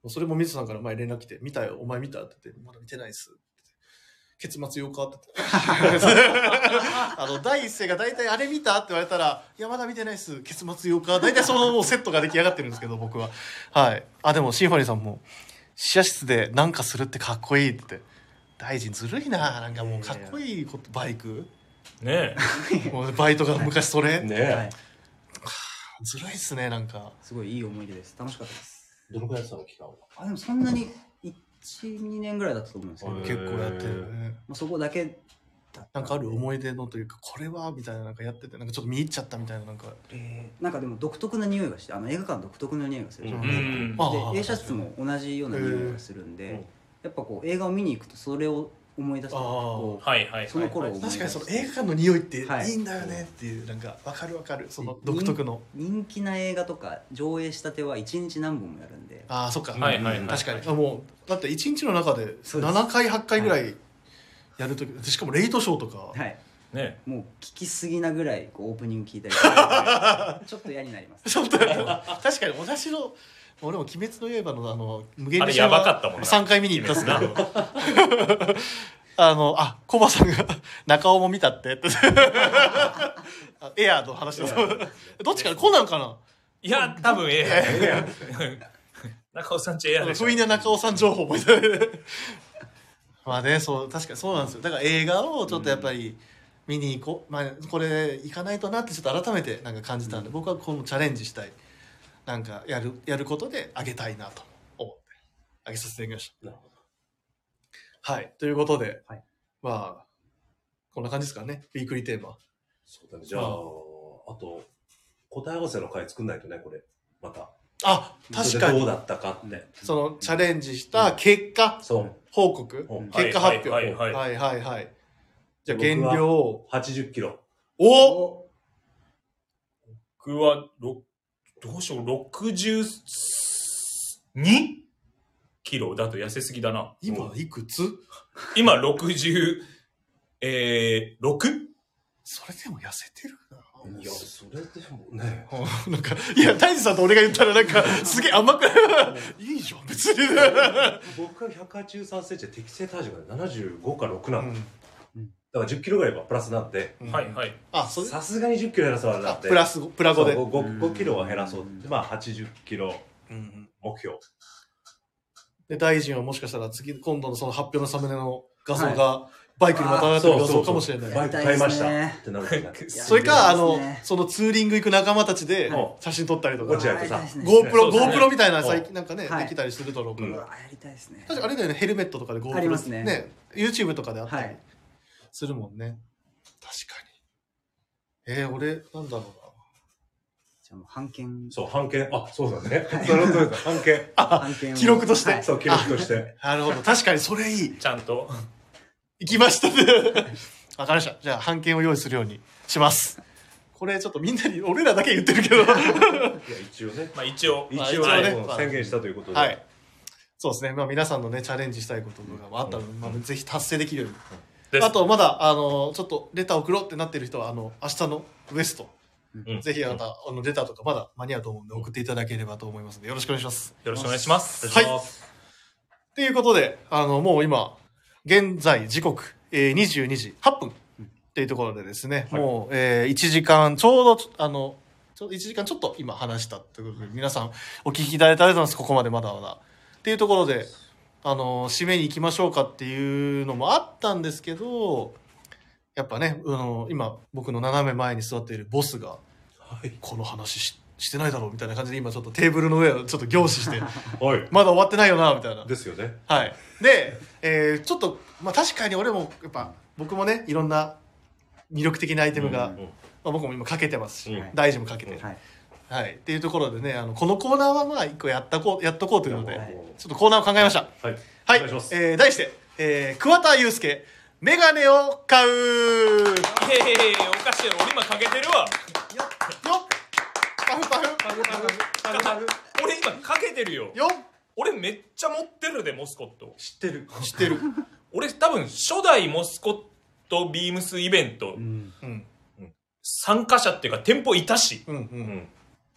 それも水さんから前連絡来て、見たよ、お前見たって言って、まだ見てないっす。結末よかって言って。あの、第一声が大体あれ見たって言われたら、いや、まだ見てないっす。結末よか。大体そのもうセットが出来上がってるんですけど、僕は。はい。あ、でもシンフォニーさんも、試写室でなんかするってかっこいいって。大臣ずるいな。なんかもうかっこいいこと、バイクねえ。もうバイトが昔それ。 ねえ、 はい、 ずるいっすね、なんか。 すごいいい思い出です。楽しかったです。 どのくらいやってたの期間は？ あ、でもそんなにいち、にねんぐらいだったと思うんですけど、 結構やってるよね。 まあ、そこだけだったなんかある思い出のというか、これはみたいななんかやってて、なんかちょっと見入っちゃったみたいな、なんか。 えー、なんかでも独特な匂いがして、あの映画館独特な匂いがするじゃないですか。 うんああで映写室も同じような匂いがするんで、 えーうんやっぱこう映画を見に行くとそれを思い出すとこうはいはいはいその頃を思い出す。 確かにその映画館の匂いっていはいいんだよねっていう、なんかわかるわかる、その独特の。 人人気な映画とか上映したてはいちにち何本もやるんで、 ああ、そっか。 はいはいはい、 確かに。あ、もう、だっていちにちの中でそうですななかい、はちかいぐらいやるとき、しかもレイトショーとか。 はい、 ね、 もう聞きすぎなぐらいこうオープニング聞いたりとかちょっと嫌になります。 ちょっと確かに私の、俺も「鬼滅の刃」のあの無限あれやばかったもんなさんかい見に行ったっすなあのあコバさんが中尾も見たってってあエアーの話だどっちかな、コナンかな。 いや多分ええや中尾さんちええやでしょ。 不意な中尾さん情報もいただいてまあね、そう確かにそうなんですよ。だから映画をちょっとやっぱり見に行こう、まあ、これ行かないとなってちょっと改めてなんか感じたんで、僕はこのチャレンジしたい、なんかやるやることであげたいなと思ってあげさせていただきました。 なるほはい、ということで、 はい、 まあこんな感じですかね、ウィークリーテーマ。 そうだね。じゃあ、あと答え合わせの回作んないとね、これまた。 あ、確かにどうだったかって。 そのチャレンジした結果、 そう。 報告、 うん結果発表。 はいはいはいはいはい。じゃあ僕は減量。 はちじゅっキロ。 お僕はろどうしようろくじゅうにキロだと痩せすぎだな。 今いくつ？ 今ろくじゅう、えー、ろく? それでも痩せてるな。 いや、それでもね。 なんか、いや、大地さんと俺が言ったらなんか、すげえ甘くないいいじゃん、別に。 僕はひゃくはちじゅうさんセンチで適正体重がななじゅうごかろくなの。 うんだからじゅっキロぐらいはプラスなんで、 うんはいはい。 あ、それさすがにじゅっキロ減らそうはなって。 プラス、プラゴで。 そうごごキロは減らそうって。まあはちじゅっキロうんうん目標。 で、大臣はもしかしたら次、今度のその発表のサムネの画像が、バイクにまたがってる画像かもしれない。 バイク買いましたってなるんだ。 それか、あのいいですね、 そのツーリング行く仲間たちではい写真撮ったりとか。 落合とさ、 GoPro、 そうですね GoPro みたいなうん最近なんかね、 はいできたりするだろうかうんら。 うわやりたいですね。 確かあれだよね、ヘルメットとかで GoPro ありますね YouTube とかであったりはいするもんね。確かに。えー、俺、なんだろうな。 じゃあもう半券そう、半券、あ、そうだね。その通りだ、半券。 半券を記録としてはいそう、記録として。 なるほど。確かにそれいい。 ちゃんと。 行きましたね。わかりました。じゃあ、半券を用意するようにします。これちょっとみんなに、俺らだけ言ってるけど。 いや、一応ね。 まあ一応。 まあ一応一応ねね、宣言したということで。 はい。そうですね。まあ皆さんのね、チャレンジしたいこととかもあったので、まあぜひ達成できるように。 ですあと、まだ、あの、ちょっとレター送ろうってなってる人は、あの、明日のウエスト、 うんぜひまた、あの、レターとかまだ間に合うと思うんで、送っていただければと思いますので、よろしくお願いします。 よろしくお願いします。 はい。ということで、あの、もう今、現在時刻、えー、にじゅうにじはっぷんっていうところでですね、 はいもう、えー、いちじかん、ちょうど、あの、ちょうどいちじかんちょっと今話したということで、皆さんお聞きいただいてありがとうございます。ここまでまだまだ。っていうところで、あの、締めに行きましょうかっていうのもあったんですけど、やっぱね、あの、今、僕の斜め前に座っているボスが、 はい。 この話ししてないだろうみたいな感じで今ちょっとテーブルの上をちょっと凝視して、 はい。 まだ終わってないよな、みたいな。 ですよね。 はい。で、えーちょっと、まあ確かに俺も、やっぱ、僕もね、いろんな魅力的なアイテムが、 うんまあ、僕も今かけてますし、 うん大事もかけて、 はいはい。っていうところでね、あの、このコーナーはまあ一個やったこう、やっとこうというので、 はいちょっとコーナーを考えました。 はい。 はい。 お願いします。 えー題して、えー、桑田祐介、メガネを買うよっいやいやいや、おかしいよ。俺今かけてるわ。 パフパフパフパフ俺今かけてるよ。 よっ俺めっちゃ持ってるで、モスコット。 知ってる。 知ってる。 俺多分初代モスコットビームスイベントうんうん。 参加者っていうか店舗いたし。 うんう。 うんん。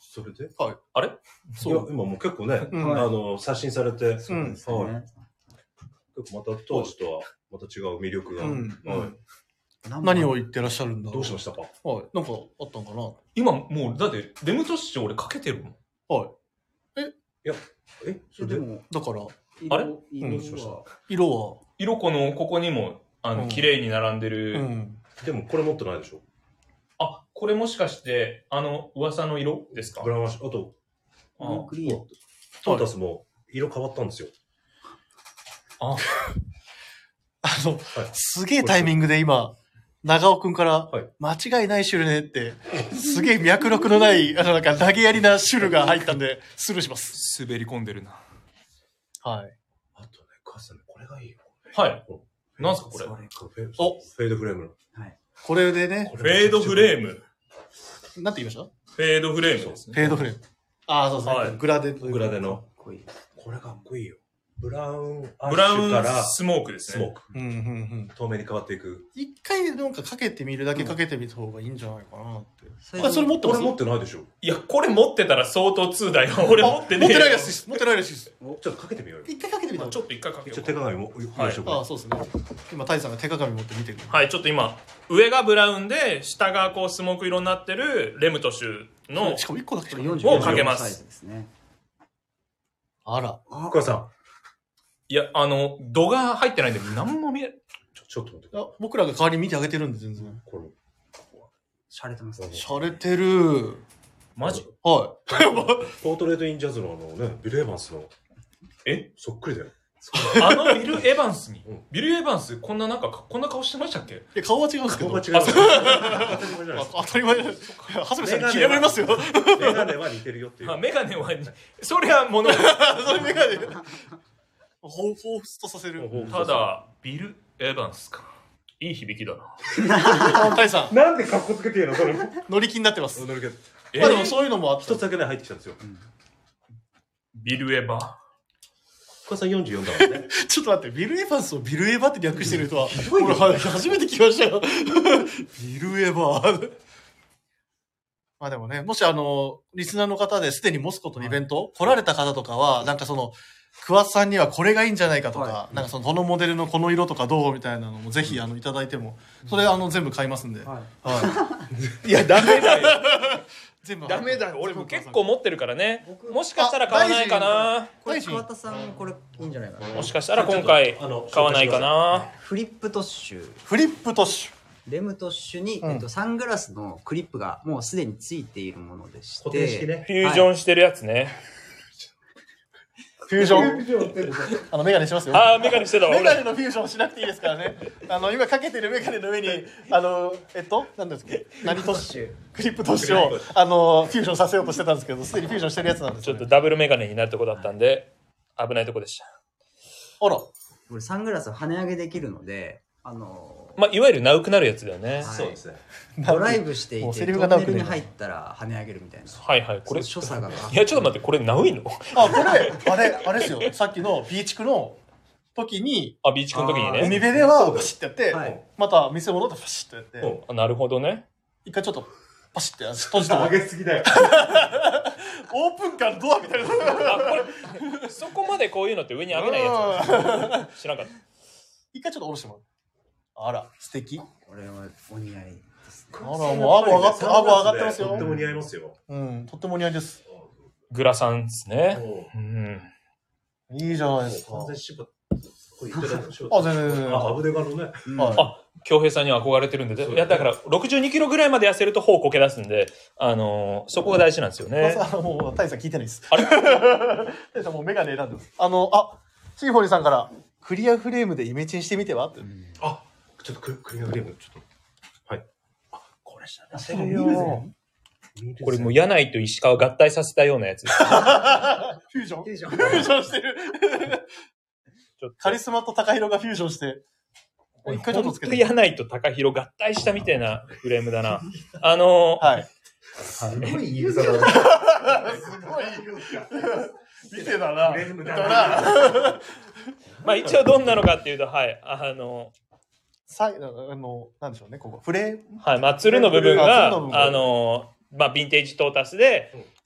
それではい。 あれいや、 そう。 今もう結構ね、 うんあの、刷新されて、 そうですよね。 はい結構また当時とはまた違う魅力が。 うんはい何を言ってらっしゃるんだろう。 どうしましたかはい。なんかあったんかな。は今もう、だって、レムトッシュ俺かけてるもん。 い。 えそれででも、 だから、 あれ色うんしましたは、 色色この、ここにも、あの、 うん綺麗に並んでは、 る。 うん。 でもこれ持ってないでしょあ、これもしかして、あの、噂の色ですかブラウンアッシュあと、 あクリエイト。 トータスも色変わったんですよ。 あ、 あの、 はいすげえタイミングで今、長尾くんからはい、 間違いないシュルねって、すげえ脈絡のない、あの、なんか投げやりなシュルが入ったんで、スルーします。 滑り込んでるな。 はい。 あとね、母さんね、これがいいよ。 はい。 こなんすかこれ。 それフェおフェードフレームの。 はい。 これでね、 フェードフレーム。 なんて言いましたフェードフレームですね。 フェードフレーム。ああ、そうですね。 はいグラデというかグラデの。 かっこいい。 これかっこいいよ。ブラウンアッブラウンシュからスモークですね。 スモーク。 うんうんうん。 透明に変わっていく。 一回なんかかけてみるだけかけてみた方がいいんじゃないかなって。 最初あ、それ持ってますこれ持ってないでしょいや、これ持ってたら相当にだよ。俺持ってねえよ。 持ってないらしいです。持ってないらしいです。 ちょっとかけてみようよ。 一回かけてみたまあちょっと一回かけよ一応う手鏡も用意しておくああ、そうですね。今、タイさんが手鏡持って見てる。 はい、ちょっと今、上がブラウンで、下がこうスモーク色になってるレムトシュの、 しかも一個だけしかないこれよんじゅうをかけますサイズですね。 あら。 お母さん、 いや、あの、度が入ってないんで、何も見え、 ちょ、ちょっと待って。 あ僕らが代わりに見てあげてるんで、全然。 これ。 洒落てますね。 しゃれてる。 マジはい。 ポートレート・イン・ジャズのあのね、ビル・エヴァンスの。 えそっくりだよ。 あのビル・エヴァンスにうん。 ビル・エヴァンス、こんななんか、こんな顔してましたっけいや、顔は違うんですけど。 顔が違います。当たり前じゃないですか。 あ当たり前だ。長谷部さんに嫌われますよ。 メガネは似てるよっていう。 あメガネは、それはもの。 それメガネ。ほう、ほうふつとさせる。 ただ、ビル・エヴァンスか。いい響きだな。 タイさん、 なんで格好つけてるのそれ。 乗り気になってます。 乗るけど。 えまあでもそういうのもあった一つ。だけね、入ってきたんですよ。 ビル・エヴァ。 お母さんよんじゅうよんだもんね。 ちょっと待って、ビル・エヴァンスをビル・エヴァって略してる人は、俺初めて聞きましたよ。ビル・エヴァ。まあでもね、もしあの、リスナーの方ですでにモスコとイベント来られた方とかは、なんかその、桑田さんにはこれがいいんじゃないかとか、 はいなんかその、このモデルのこの色とかどうみたいなのもぜひあの、いただいても、それあの、全部買いますんで。 はい。 はいや、ダメだよ。 全部。 ダメだよ。俺も全部結構持ってるからね。 僕もしかしたら買わないかな。 これ、桑田さん、これいいんじゃないかな。 もしかしたら今回あの買わないかな。 フリップトッシュ。 フリップトッシュ。 レムトッシュに、 うんえっと、サングラスのクリップがもうすでについているものでして。 固定式ね。 フュージョンしてるやつね。 フュージョン。あの、メガネしますよ。 ああ、メガネしてたわ。 メガネ俺。 のフュージョンしなくていいですからね。あの、今かけてるメガネの上に、あの、えっと、何ですか何トッシュクリップトッシュを、あの、フュージョンさせようとしてたんですけど、すでにフュージョンしてるやつなんですよ、ね。 ちょっとダブルメガネになるとこだったんで、危ないとこでした。 あら。 これサングラスを跳ね上げできるので、あのまあ、いわゆるナウくなるやつだよね。 はいそうですね。 ドライブしていもうて、 セリフが直くねトンネルに入ったら跳ね上げるみたいな。 はいはい。これ、い所作が。 や、ちょっと待って、これナウいのあ、これ、あれ、あれですよ。さっきのビーチクの時に、 あ、ビーチクの時にあね。 海辺ではパシッてやって、 はいまた店戻ってパシッてやって、 うんあなるほどね。 一回ちょっとパシッてやって閉じて、 上げすぎだよ。 オープンカーのドアみたいな。 あ、これ、そこまでこういうのって上に上げないやつ。知らなかった。 一回ちょっと下ろしてもらう。あら、素敵。 これはお似合いですね。 あら、もう顎上がって、顎上がってますよとって。も似合いますよ。 うん、とっても似合いです。 グラサンですね。 もうん。 いいじゃないですか。 完全に芝。これ言ってたでしょ。 あ、全然全然。 あ、アブデガのね。 うんはいあ、京平さんには憧れてるんで、 そういや、だから、ろくじゅうにキロぐらいまで痩せると頬こけ出すんで、あのーそこが大事なんですよね。 あのもう、タイさん聞いてないです。 あれタイさんもうメガネ選んでます。あの、あ、シーフォリさんから、クリアフレームでイメチェンしてみてはって。 あ、ちょっとククリアフレーム、ちょっと。はい。あ、これしたせるよ。 これもう柳井と石川合体させたようなやつです。 フュージョンフュージョンフュージョンしてる。 ちょっとカリスマと高弘がフュージョンして。一回ちょっとつけて。 柳井と高弘合体したみたいなフレームだな。あのーはい。 すごい言い草だな。 すごい。見てだな。 フレームだだなな。 まあ一応どんなのかっていうと、はい、あのさい、あの、なんでしょうね、ここ。フレームはい、まあ、つるの部分あつるがの部、分あの、まあ、ヴィンテージトータスで、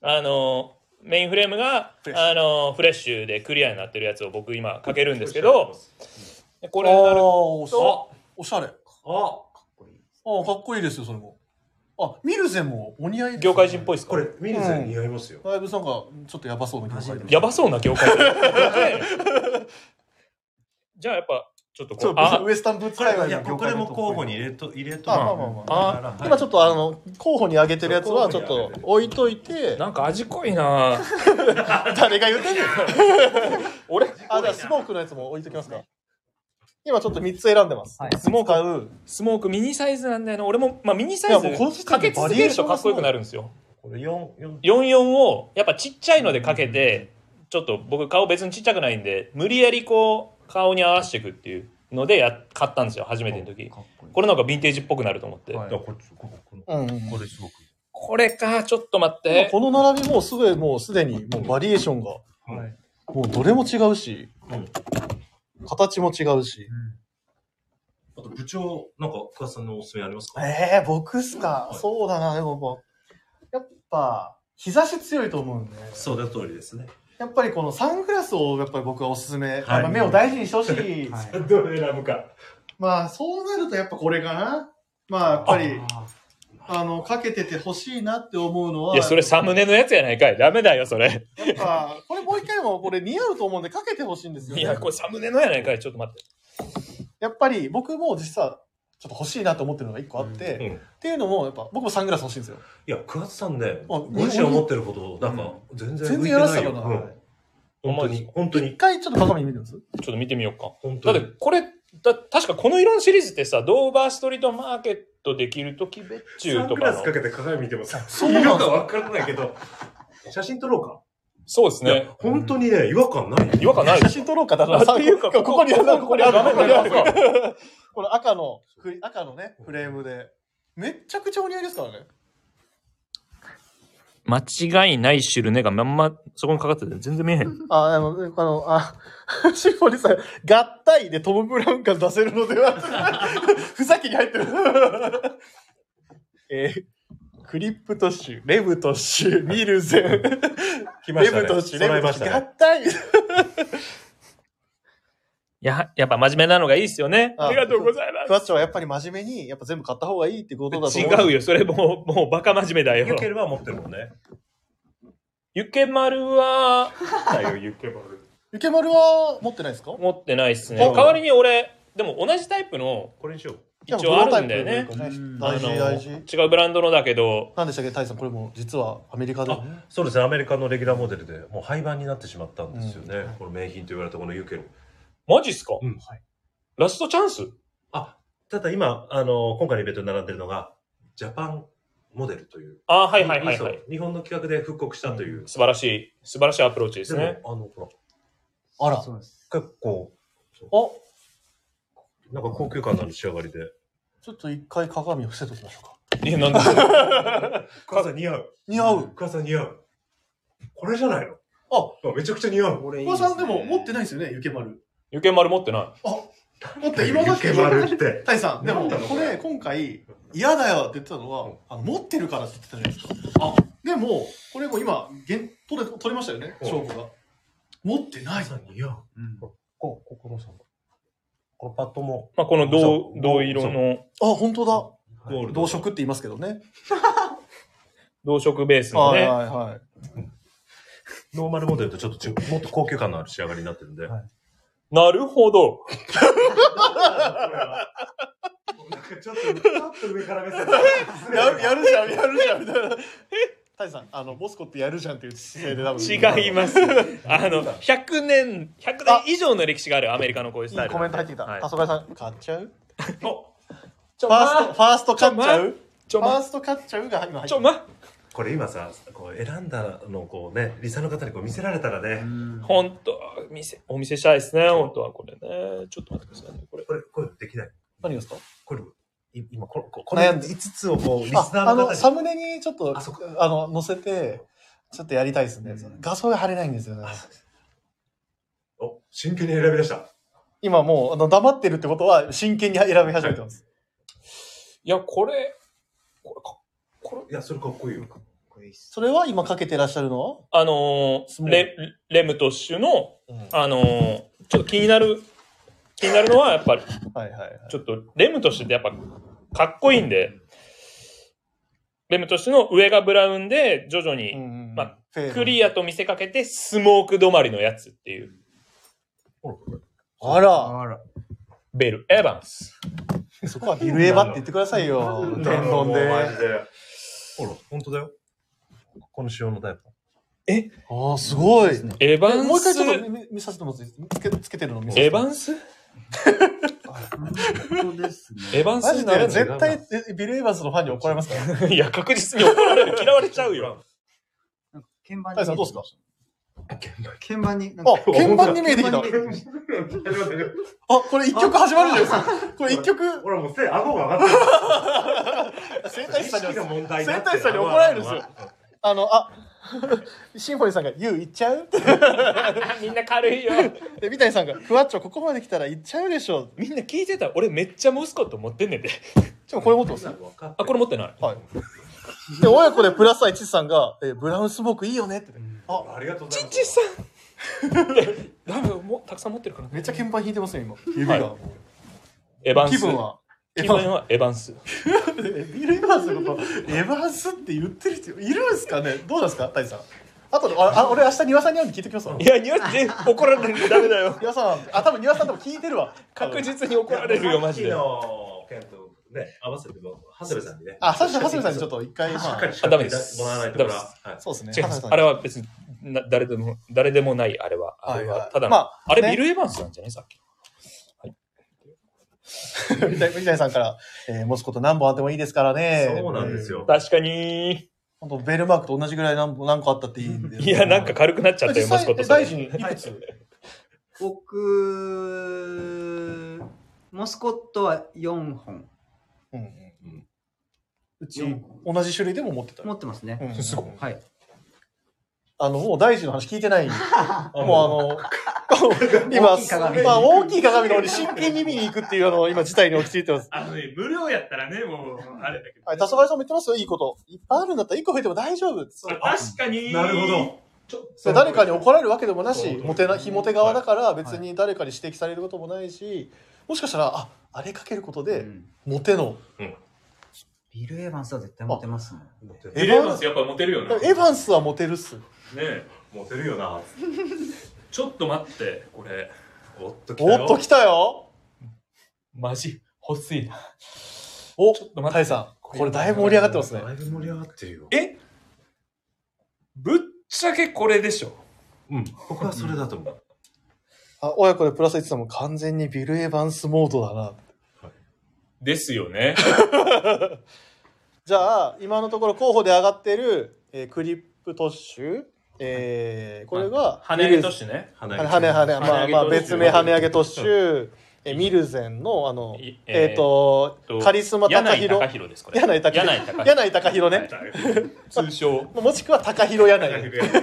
あのメインフレームがあのフレッシュでクリアになってるやつを僕今かけるんですけど、これになるとおしゃれ。あ、かっこいい。あ、かっこいいですよ、それも。あ、ミルゼもお似合いです、ね。 業界人っぽいですか？ これミルゼ似合いますよ。 だいぶなんかちょっとやばそうな業界人。 やばそうな業界人。じゃあやっぱちょっとこう、 あ、ウエスタンブーツ界隈の業界人。これも候補に入れと入れと。 あ、まあまあまあ。あ、今ちょっとあの候補に挙げてるやつはちょっと置いといて。 なんか味濃いな。 誰が言ってんねん。俺？あ、じゃあスモークのやつも置いときますか。今ちょっとみっつ選んでます。 はい、 スモーク、スモークミニサイズなんだよな。俺も、まあ、ミニサイズかけ続けるとかっこよくなるんですよ。 これよん、 よんじゅうよんをやっぱちっちゃいのでかけて、ちょっと僕顔別にちっちゃくないんで、無理やりこう顔に合わせていくっていうのでや買ったんですよ、初めての時。これなんかヴィンテージっぽくなると思って。はい、これすごく。これか、ちょっと待って。 この並びもうすぐもうすでにもうバリエーションが、はい、もうどれも違うし、うん、形も違うし。 あと部長、なんか桑田さんのおすすめありますか？ ええー、僕っすか、はい、そうだな、でももう、やっぱ、日差し強いと思うんで。 そうだ、通りですね。 やっぱりこのサングラスをやっぱり僕はおすすめ。はい、目を大事にしてほしい。はい、 どれ選ぶか。 まあ、そうなるとやっぱこれかな。まあ、やっぱり、あ, あの、かけててほしいなって思うのは。 いや、それサムネのやつやないかい。ダメだよ、それ。やっぱ、これもう一回もこれ似合うと思うんでかけてほしいんですよね。 いや、これサムネのやないかい。ちょっと待って。 やっぱり僕も実はちょっと欲しいなと思ってるのが一個あって、うんうん、っていうのもやっぱ僕もサングラス欲しいんですよ。 いや、桑田さんね、ご自身思ってることなんか全然全然やらせたかな。うん、 本当に本当に一回ちょっと鏡見てみます？ちょっと見てみようか。だってこれだ確かこの色のシリーズってさ、ドーバーストリートマーケットできるとき別注とかの。サングラスかけて鏡見てもさ、そういうのかわからないけど、写真撮ろうか。 そうですね。 本当にね、違和感ない。 違和感ない。 写真撮ろうか。だから、っていうか、ここにある、ここにある。この赤の、赤のね、フレームで。めっちゃくちゃお似合いですからね。 間違いないシュルネがまんま、そこにかかってて全然見えへん。 あ、あの、あの、あ、シンフォニーさん、合体でトム・ブラウン感出せるのでは、ふざけに入ってる。えークリップトッシュ、レブトッシュ、ミルゼン、 来ましたね、 レブトッシュ、レブトッシュ、合体いや、やっぱ真面目なのがいいですよね。ありがとうございます。 クワッチョはやっぱり真面目に、やっぱ全部買った方がいいってことだと思う。違うよ、それもう、もうバカ真面目だよ。 ユケルは持ってるもんね。 ユケマルは、 だよ、ユケマル。 ユケマルは持ってないですか？ 持ってないっすね。代わりに俺、でも同じタイプの、 これにしよう。 一応あるんだよね。 大事大事。 違うブランドのだけど。 何でしたっけ、タイさん、これも実はアメリカで、ね。 そうですね、アメリカのレギュラーモデルでもう廃盤になってしまったんですよね。うん、この名品と言われたこのユケル。 マジっすか？ うん。はい。 ラストチャンス？ あ、ただ今、あの、今回のイベントに並んでるのが、ジャパンモデルという。 あ、はいはいはいはい。 日本の企画で復刻したという。うん、 素晴らしい、素晴らしいアプローチですね。 あの、ほら。 あら。 そうです。結構。あ、なんか高級感のある仕上がりで。 ちょっと一回鏡を伏せときましょうか。 いや、なんで母さん似合う。 似合う。 母さん似合う。これじゃないの？あ、めちゃくちゃ似合う。 母さんでも持ってないですよね、ユケマル。 ユケマル持ってない。 あ、持って今だけ。 ユケマルって。 タイさん、でもこれ今回嫌だよって言ってたのは、あの持ってるからって言ってたじゃないですか。あ、でもこれも今現取れ取れましたよね、勝負が。持ってない。 似合う。こここのさん。このパッドも。 まあ、この銅、銅色の。 あ、本当だ。銅色って言いますけどね。 銅色ベースのね。 はいはい。 ノーマルモデルとちょっともっと高級感のある仕上がりになってるんで。はい、 なるほど。 ちょっと、ちょっと上から目線。 やる、やるじゃん、やるじゃん、みたいな。タイさん、あの、モスコってやるじゃんっていう姿勢で多分。 違います。あの、ひゃくねん、ひゃくねん以上の歴史があるアメリカのこういうスタイル。 いいコメント入ってきた。 はい、 たそがいさん、買っちゃうおファースト、ファースト買っちゃうファースト買っちゃうが今入ってきた。 ちょ、まこれ今さ、こう選んだのをこうね、リサの方にこう見せられたらね。 本当見せ、お見せしたいですね、本当はこれね。ちょっと待ってくださいね、これ。 これ、これできない。 何がですか？ これ、今、この、このいつつをこう、リスナーの方に。 あの、 サムネにちょっと、あ, あの、載せて、ちょっとやりたいですね。うん、画像が貼れないんですよね。 お、真剣に選び出した。 今もう、あの、黙ってるってことは、真剣に選び始めてます。 いや、これ、これか、 これ、いや、それかっこいいよ。 それは今かけてらっしゃるのはあのー、レ、レムトッシュの、うん、あのー、ちょっと気になる、気になるのはやっぱり、はいはいはい、ちょっとレムトッシュってやっぱかっこいいんで、レムトッシュの上がブラウンで徐々に、うんうんまあ、クリアと見せかけてスモーク止まりのやつっていう。 あら。 あら。 ベル・エヴァンス。 そこはビルエヴァって言ってくださいよ。天丼で。 マジで。ほら、本当だよ。この仕様のタイプ。 えああ、すごい。 エヴァンス。 もう一回ちょっと見, 見させてもらっていいですか？つけ、つけてるの見せて。 エヴァンス本当ですね。 エヴァンスマジで絶対ビル・エヴァンスのファンに怒られますからいや、確実に怒られる。嫌われちゃうよ。 鍵盤に。 タイさんどうですか？ 鍵盤に。 あ、鍵盤に見えてきた。あ、これ一曲始まるじゃないですか。これ一曲。 俺もうせ、顎が上がってる。 整体師さんに、 整体師さんに怒られるんですよ。あの、あ、シンフォニーさんが、ユウ行っちゃうみんな軽いよ。 で、三谷さんが、クワッチョここまで来たら行っちゃうでしょ。 みんな聞いてた。俺めっちゃモスコット持ってんねんで。 ちょ、これ持ってます？ あ、これ持ってない。 はい。で、親子でプラス愛知さんが、え、ブラウンスモークいいよねって。 あ、ありがとうございます。 ちちさんダメもたくさん持ってるから。 めっちゃ鍵盤弾いてますよ、今。指が。はい、 エヴァンス。 気分は気分はエヴァンス。 ビル・エヴァンスのこと、エヴァンスって言ってる人いるんですかね？どうですか、タイさん。あとで、あ、俺明日庭さんに会うんで聞いてきますわ。 いや、庭さんで怒られるダメだよ。 庭さん、あ、多分庭さんでも聞いてるわ。 確実に怒られるよ、マジで。 ね、合わせても、長谷部さんにね。 あ、長谷部さんにちょっと一回、まあ、ダメです。もらわないところは。 そうですね。 あれは別に、誰でも、誰でもない、あれは。あれは、ただ、あれビル・エヴァンスなんじゃないさっき。 はい。三谷さんから、えー、持つこと何本あってもいいですからね。 そうなんですよ。 確かに。 本当ベルマークと同じぐらい何本、何個あったっていいんで。 いや、なんか軽くなっちゃったよ、持つこと。 大臣いくつ？ 僕、モスコットはよんほん。 うんうんうん。うち、同じ種類でも持ってた。 持ってますね。 うん、すごい。 はい。 あの、もう大臣の話聞いてない。もうあの、今、まあ、大きい鏡の方に真剣に見に行くっていう、あの、今、事態に落ち着いてます。 あのね、無料やったらね、もう、あれだけど。 はい、黄昏さんも言ってますよ、いいこと。いっぱいあるんだったらいっこ増えても大丈夫。 確かに。 なるほど。 誰かに怒られるわけでもなし、モテな、非モテ側だから別に誰かに指摘されることもないし、もしかしたら、あ、あれかけることで、モテの、 うん、ビル・エヴァンスは絶対モテますもん。 ビル・エヴァンスやっぱモテるよな。 エヴァンスはモテるっす。ねえ、モテるよな。 ちょっと待って、これ。 おっと来たよ。 おっと来たよ。 マジ、欲しいな。 お、ちょっと待って。タイさん、これだいぶ盛り上がってますね。 だいぶ盛り上がってるよ。 えぶっちゃけこれでしょ。 うん、僕はそれだと思う。 あ、親子でプラスいちさんも完全にビル・エヴァンスモードだな。はい、 ですよね。 じゃあ、今のところ候補で上がってる、えー、クリップトッシュ、えー、これが、 跳ね上げトッシュね。 跳ね跳ね、まあまあ別名跳ね上げトッシュ、えミルゼンの、あの、えっと、カリスマ高弘。 柳井貴弘です、これ。 柳井貴弘。柳井貴弘ね。 通称。 もしくは高弘柳井。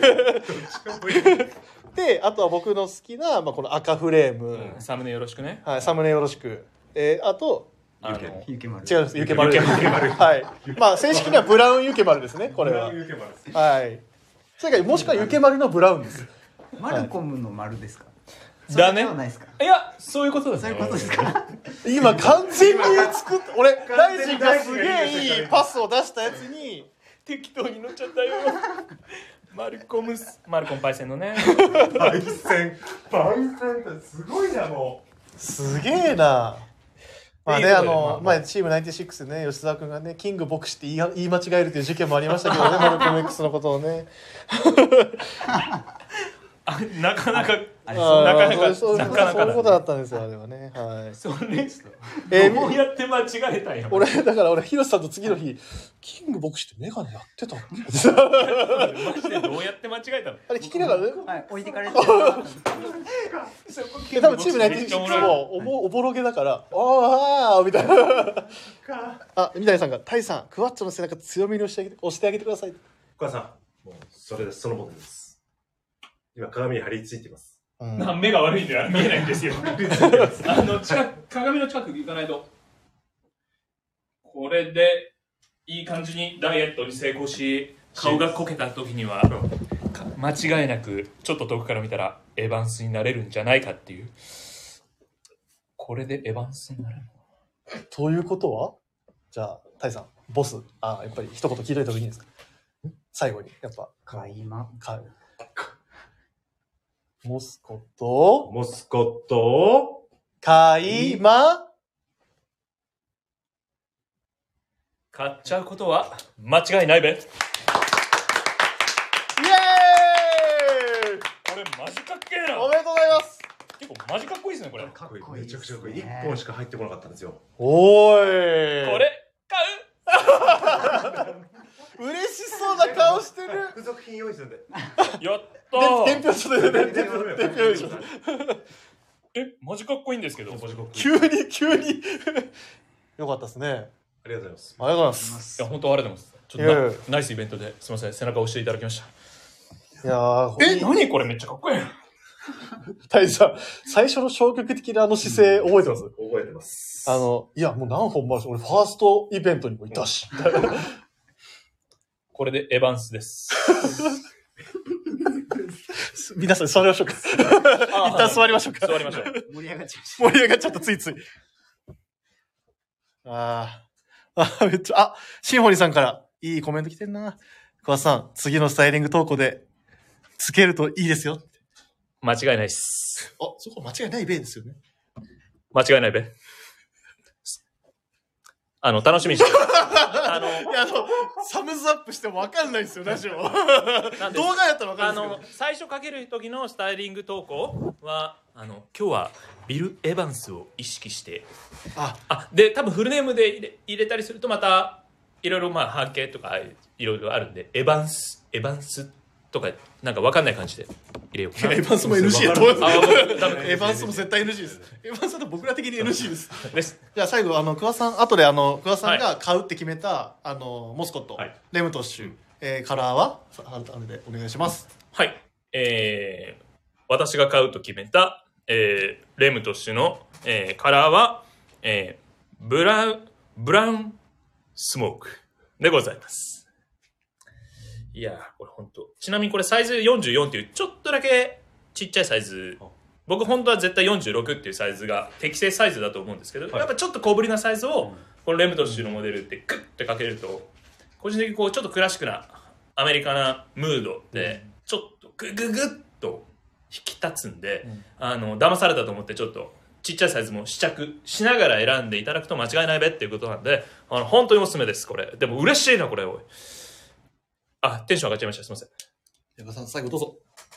で、あとは僕の好きな、まあ、この赤フレーム、 うん、サムネよろしくね。 はい、サムネよろしく。えー、あと、 あの、ユケマル。 違うんです、ユケマル。はい。まあ、正式にはブラウンユケマルですね、これは。はい。それから、もしくはユケマルのブラウンです。 マルコムの丸ですか？ だね。いや、そういうことです。 そういうことですか？ 今、完全に作った、俺、大臣がすげえいいパスを出したやつに、 適当に乗っちゃったよ。マルコムス、マルコムパイセンのね。 パイセン、パイセンってすごいな、もう。 すげえな。まあね、あの、前チームナインティシックスでね、吉沢くんがね、キング牧師って言い言い間違えるという事件もありましたけどね、マルコム X のことをね。 あ、なかなか、なかなか、 そういうことだったんですよ、あれはね。はい。 そうね。えー、もうやって間違えたんや。 俺、だから俺、ヒロシさんと次の日、キング牧師ってメガネやってたっけ？ マジでどうやって間違えたの？ あれ聞きながらね。 はい、置いてかれて。 多分チームナインティシックスもおぼおぼろげだから、ああみたいな。あ、三谷さんが、タイさん、クワッチョの背中強めに押してあげて、押してあげてください。 お母さん、もうそれです、そのものです。今鏡に張り付いてます。 うん、目が悪いんで見えないんですよ。あの近く鏡の近く行かないと。これでいい感じにダイエットに成功し、 顔がこけた時には間違いなくちょっと遠くから見たらエヴァンスになれるんじゃないかっていう。これでエヴァンスになるのということはじゃあタイさんボスあやっぱり一言聞いといた方がいいんですか。最後にやっぱ開幕かモスコットモスコット開幕買っちゃうことは間違いないべ。 イエーイこれマジかっけえな。 おめでとうございます。 結構マジかっこいいですねこれ。 かっこいいめちゃくちゃかっこいい。 ですね一本しか入ってこなかったんですよ。 おーいこれ買嬉しそうな顔してる。 付属品用意するんで。 うやったー。 伝票ちょっと伝票伝票用意します。 えマジかっこいいんですけど。 急に急によかったですね。 ありがとうございます。 ありがとうございます。 いや本当ありがとうございます。ちょっいやいやとなナイスイベントですみません背中を押していただきました。 いやーえ何これめっちゃかっこいい。 タイさん最初の消極的なあの姿勢覚えてます？ 覚えてます。 あのいやもう何本もあるし俺ファーストイベントにもいたし。 これでエヴァンスです。 皆さん座りましょうか。一旦座りましょうか。 座りましょう。 盛り上がっちゃいました。 盛り上がっちゃったついつい。あーあめっちゃあシンフォニーさんからいいコメント来てんな。桑田さん次のスタイリング投稿でつけるといいですよ。 間違いないです。 あそこ間違いないべですよね。 間違いないべ。あの楽しみにしてあのいやあのサムズアップしても分かんないですよラジオ。動なんで画やったら分かあるんですの最初かける時のスタイリング投稿はあの今日はビル・エヴァンスを意識してけど。ああで多分フルネームで入れ入れたりするとまたいろいろまあ半径とかいろいろあるんでエヴァンスエヴァンスとかなんか分かんない感じで入れようかな。 エヴァンスも エヌジー やと思います。 あ僕ダメエヴァンスも絶対 エヌジー です。エヴァンスだと僕ら的に エヌジー です。 ですじゃあ最後あの桑さん後であの桑さんが買うって決めた、あのモスコット、 はいレムトッシュ、えー、カラーはさ改めてお願いします。 はいえー、私が買うと決めた、えー、レムトッシュの、えー、カラーは、えー、ブラウンブラウンスモークでございます。いやーこれ本当ちなみにこれサイズよんじゅうよんっていうちょっとだけちっちゃいサイズ、僕本当は絶対よんじゅうろくっていうサイズが適正サイズだと思うんですけど、はい、やっぱちょっと小ぶりなサイズをこのレムトッシュのモデルってグッてかけると個人的にこうちょっとクラシックなアメリカなムードでちょっとグググッと引き立つんで、うん、あの騙されたと思ってちょっとちっちゃいサイズも試着しながら選んでいただくと間違いないべっていうことなんで、あの本当におすすめです。これでも嬉しいなこれ。おいあテンション上がっちゃいました。すいません。 山田さん最後どうぞ。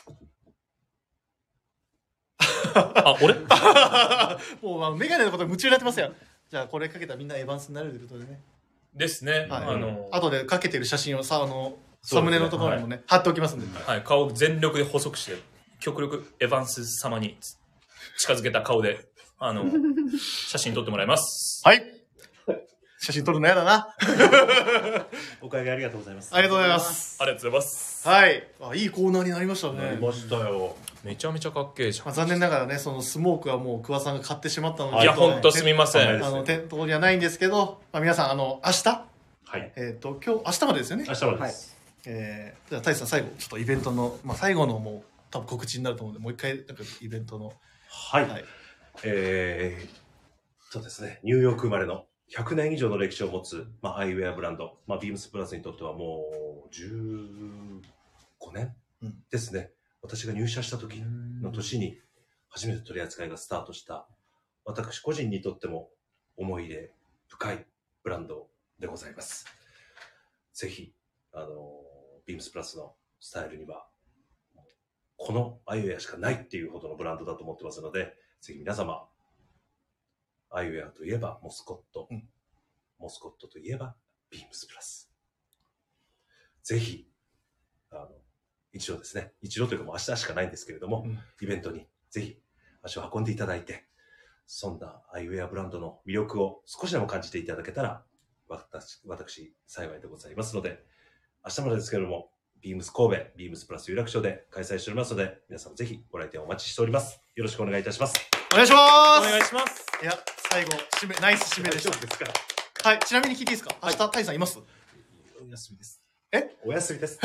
あ俺もう、まあ、メガネのこと夢中になってますよ。じゃあこれかけたらみんなエヴァンスになれるということでね。 ですね。 はい、 あの後でかけてる写真をさあのサムネのところにもね、はい、貼っておきますんで、 はい、顔を全力で細くして極力エヴァンス様に近づけた顔であの写真撮ってもらいます。 はい。写真撮るのやだな。 おかげありがとうございます。 ありがとうございます。 ありがとうございます。 はい。あ、いいコーナーになりましたね。 なりましたよ。 めちゃめちゃかっけえじゃん。 まあ、残念ながらね、そのスモークはもう桑さんが買ってしまったので、 いや本当すみません。 あの店頭にはないんですけど、まあ、皆さんあの明日、 はい。 えっ、ー、と今日明日までですよね。 明日までです。 はい、えー、じゃあ大志さん最後ちょっとイベントのまあ最後のもう多分告知になると思うので、もう一回なんかイベントのはい。はい、えー、そうですね。ニューヨーク生まれのひゃくねん以上の歴史を持つ、まあ、アイウェアブランド、まあ、ビームスプラスにとってはもうじゅうごねんですね、うん、私が入社した時の年に初めて取り扱いがスタートした私個人にとっても思い入れ深いブランドでございます。ぜひあのビームスプラスのスタイルにはこのアイウェアしかないっていうほどのブランドだと思ってますので、ぜひ皆様アイウェアといえばモスコット、うん、モスコットといえばビームスプラス。ぜひあの一度ですね、一度というかもう明日しかないんですけれども、うん、イベントにぜひ足を運んでいただいて、そんなアイウェアブランドの魅力を少しでも感じていただけたら私、私幸いでございますので、明日までですけれどもビームス神戸ビームスプラス有楽町で開催しておりますので、皆さんぜひご来店お待ちしております。よろしくお願いいたします。 お願いします。 お願いします。 いや最後締めナイス締めでした。 ですか。 はい。ちなみに聞いていいですか。明日タイさんいます？ お休みです。 えお休みです。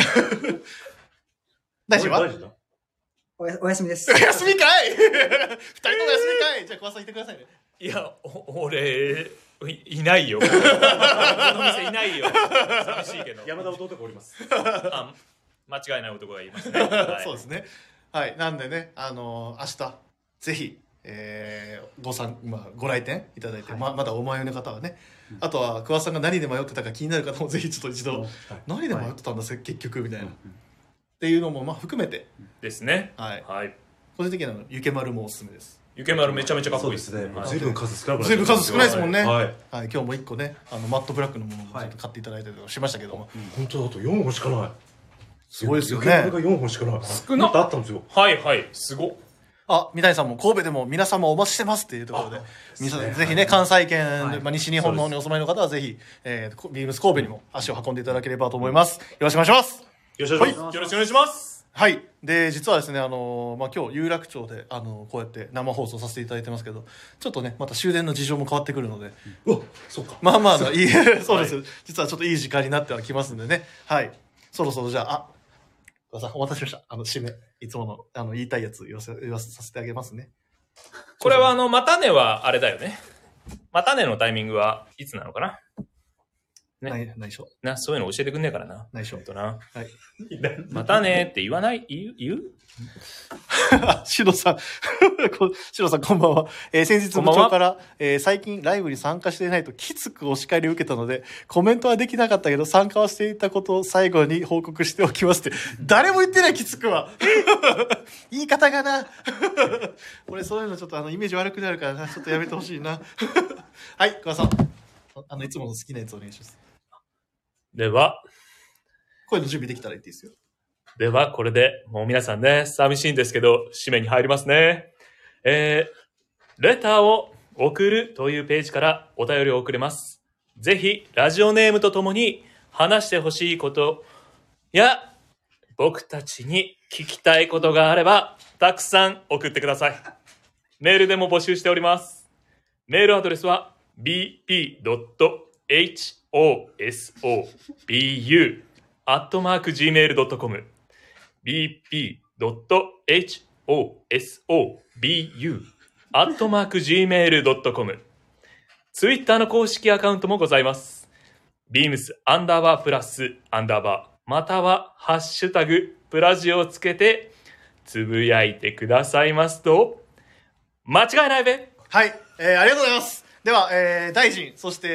大臣は大臣だおやおやすみですお。休みかい二人とも休みかいじゃあ、小林さんいてくださいね。 いや、お俺、い、いないよ。この店いないよ。寂しいけど。 山田弟がおります。 あ、間違いない男がいますね。はい、 そうですね。はい。なんでね、あのー、明日、ぜひ、えー、ご参、まあ、ご来店いただいて、はい、ままだお迷いの方はね、うん、あとは桑田さんが何で迷ってたか気になる方もぜひちょっと一度、はい、何で迷ってたんだ、はい、結局みたいな、うん、っていうのもまあ含めてですね。 はい。 はい、 個人的にはゆけまるもおすすめです。 ゆけまるめちゃめちゃかっこいいですね。随分数少ない随分数少ないですもんね。 はい。 はい、今日も一個ね、あのマットブラックのものをちょっと買っていただいたりとかしましたけども、 本当だ、あとよんほんしかない。 すごいですよね。 ゆけまるがよんほんしかない。 少なもっとあったんですよ。 はいはい、すご。 あ、三谷さんも神戸でも皆さんもお待ちしてますっていうところで、皆さんぜひね、関西圏、はい、まあ、西日本の方にお住まいの方はぜひ、えー、ビームス神戸にも足を運んでいただければと思います。よろしくお願いします。 よろしくお願いします。 よろしくお願いします。 はい。で、実はですね、あのー、まあ、今日、有楽町で、あのー、こうやって生放送させていただいてますけど、ちょっとね、また終電の事情も変わってくるので、 うわ、そうか。 まあまあの、いい、そうです、はい。実はちょっといい時間になってはきますんでね。はい。そろそろじゃあ、あ、ごさん、お待たせしました。あの、締め、いつもの、あの、言いたいやつ言わせ、言わせさせてあげますね。 これは、あの、またねは、あれだよね。またねのタイミングはいつなのかなね、ない、ないしょ。 な、そういうの教えてくんねえからな。 ないしょ。 ほんとな。 はい。 またねって言わない言う言うシロさん。シロさんこんばんは。えー、先日部長から、えー、最近ライブに参加していないときつくお叱りを受けたので、コメントはできなかったけど、参加はしていたことを最後に報告しておきますって。誰も言ってないきつくは。言い方がな。俺そういうのちょっとあの、イメージ悪くなるからな。ちょっとやめてほしいな。はい、桑さん。あの、いつもの好きなやつお願いします。 では、 声の準備できたら言っていいですよ。 では、これでもう皆さんね、寂しいんですけど、締めに入りますね。えー、レターを送るというページからお便りを送れます。ぜひ、ラジオネームとともに話してほしいことや、僕たちに聞きたいことがあれば、たくさん送ってください。メールでも募集しております。メールアドレスは、ビーピードットエイチオーエスオービーユー アットマーク ジーメールドットコム ビーピードットエイチオーエスオービーユー アットマーク ジーメールドットコム ツイッターの公式アカウントもございます。ビームスアンダーバープラスアンダーバーまたはハッシュタグプラジオをつけてつぶやいてくださいますと間違いないべ。 はい、えー、ありがとうございます。では、えー、大臣、そして、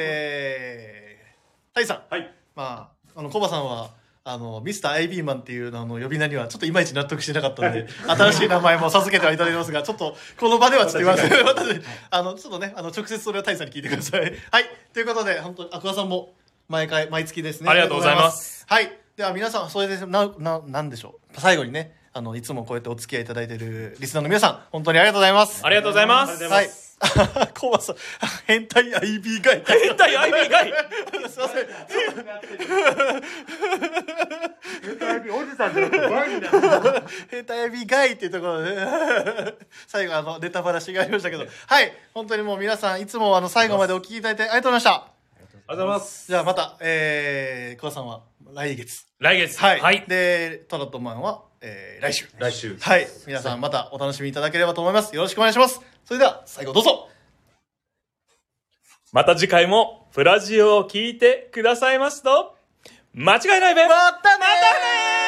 タイさん。 はい。 まあ、あの、コバさんは、あの、ミスターアイビーマンっていうあの呼び名にはちょっといまいち納得してなかったので、新しい名前も授けてはいただきますが、ちょっと、この場ではちょっと言わせて、私、あの、ちょっとね、あの、直接それはタイさんに聞いてください。はい。ということで、本当に、アクアさんも、毎回、毎月ですね。 ありがとうございます。 はい。では、皆さん、それで、な、な、なんでしょう。最後にね、あの、いつもこうやってお付き合いいただいているリスナーの皆さん、本当にありがとうございます。 ありがとうございます。 はい。コバさん、変態 アイビー ガイ。 変態 アイビー ガイすいません。 変態 アイビー おじさんじゃなくてガイになる。 変態 アイビー ガイっていうところで、ね、最後あの、ネタ話がありましたけど、はい。本当にもう皆さん、いつもあの、最後までお聞きいただいてありがとうございました。ありがとうございます。 じゃあまた、えー、コバさんは来月。 来月。 はい。はい、で、トラットマンは、えー、来週。 来週。 はい。皆さんまたお楽しみいただければと思います。よろしくお願いします。それでは、最後どうぞ。 また次回もプラジオを聞いてくださいますと、間違いないべ。 またねー。 またねー。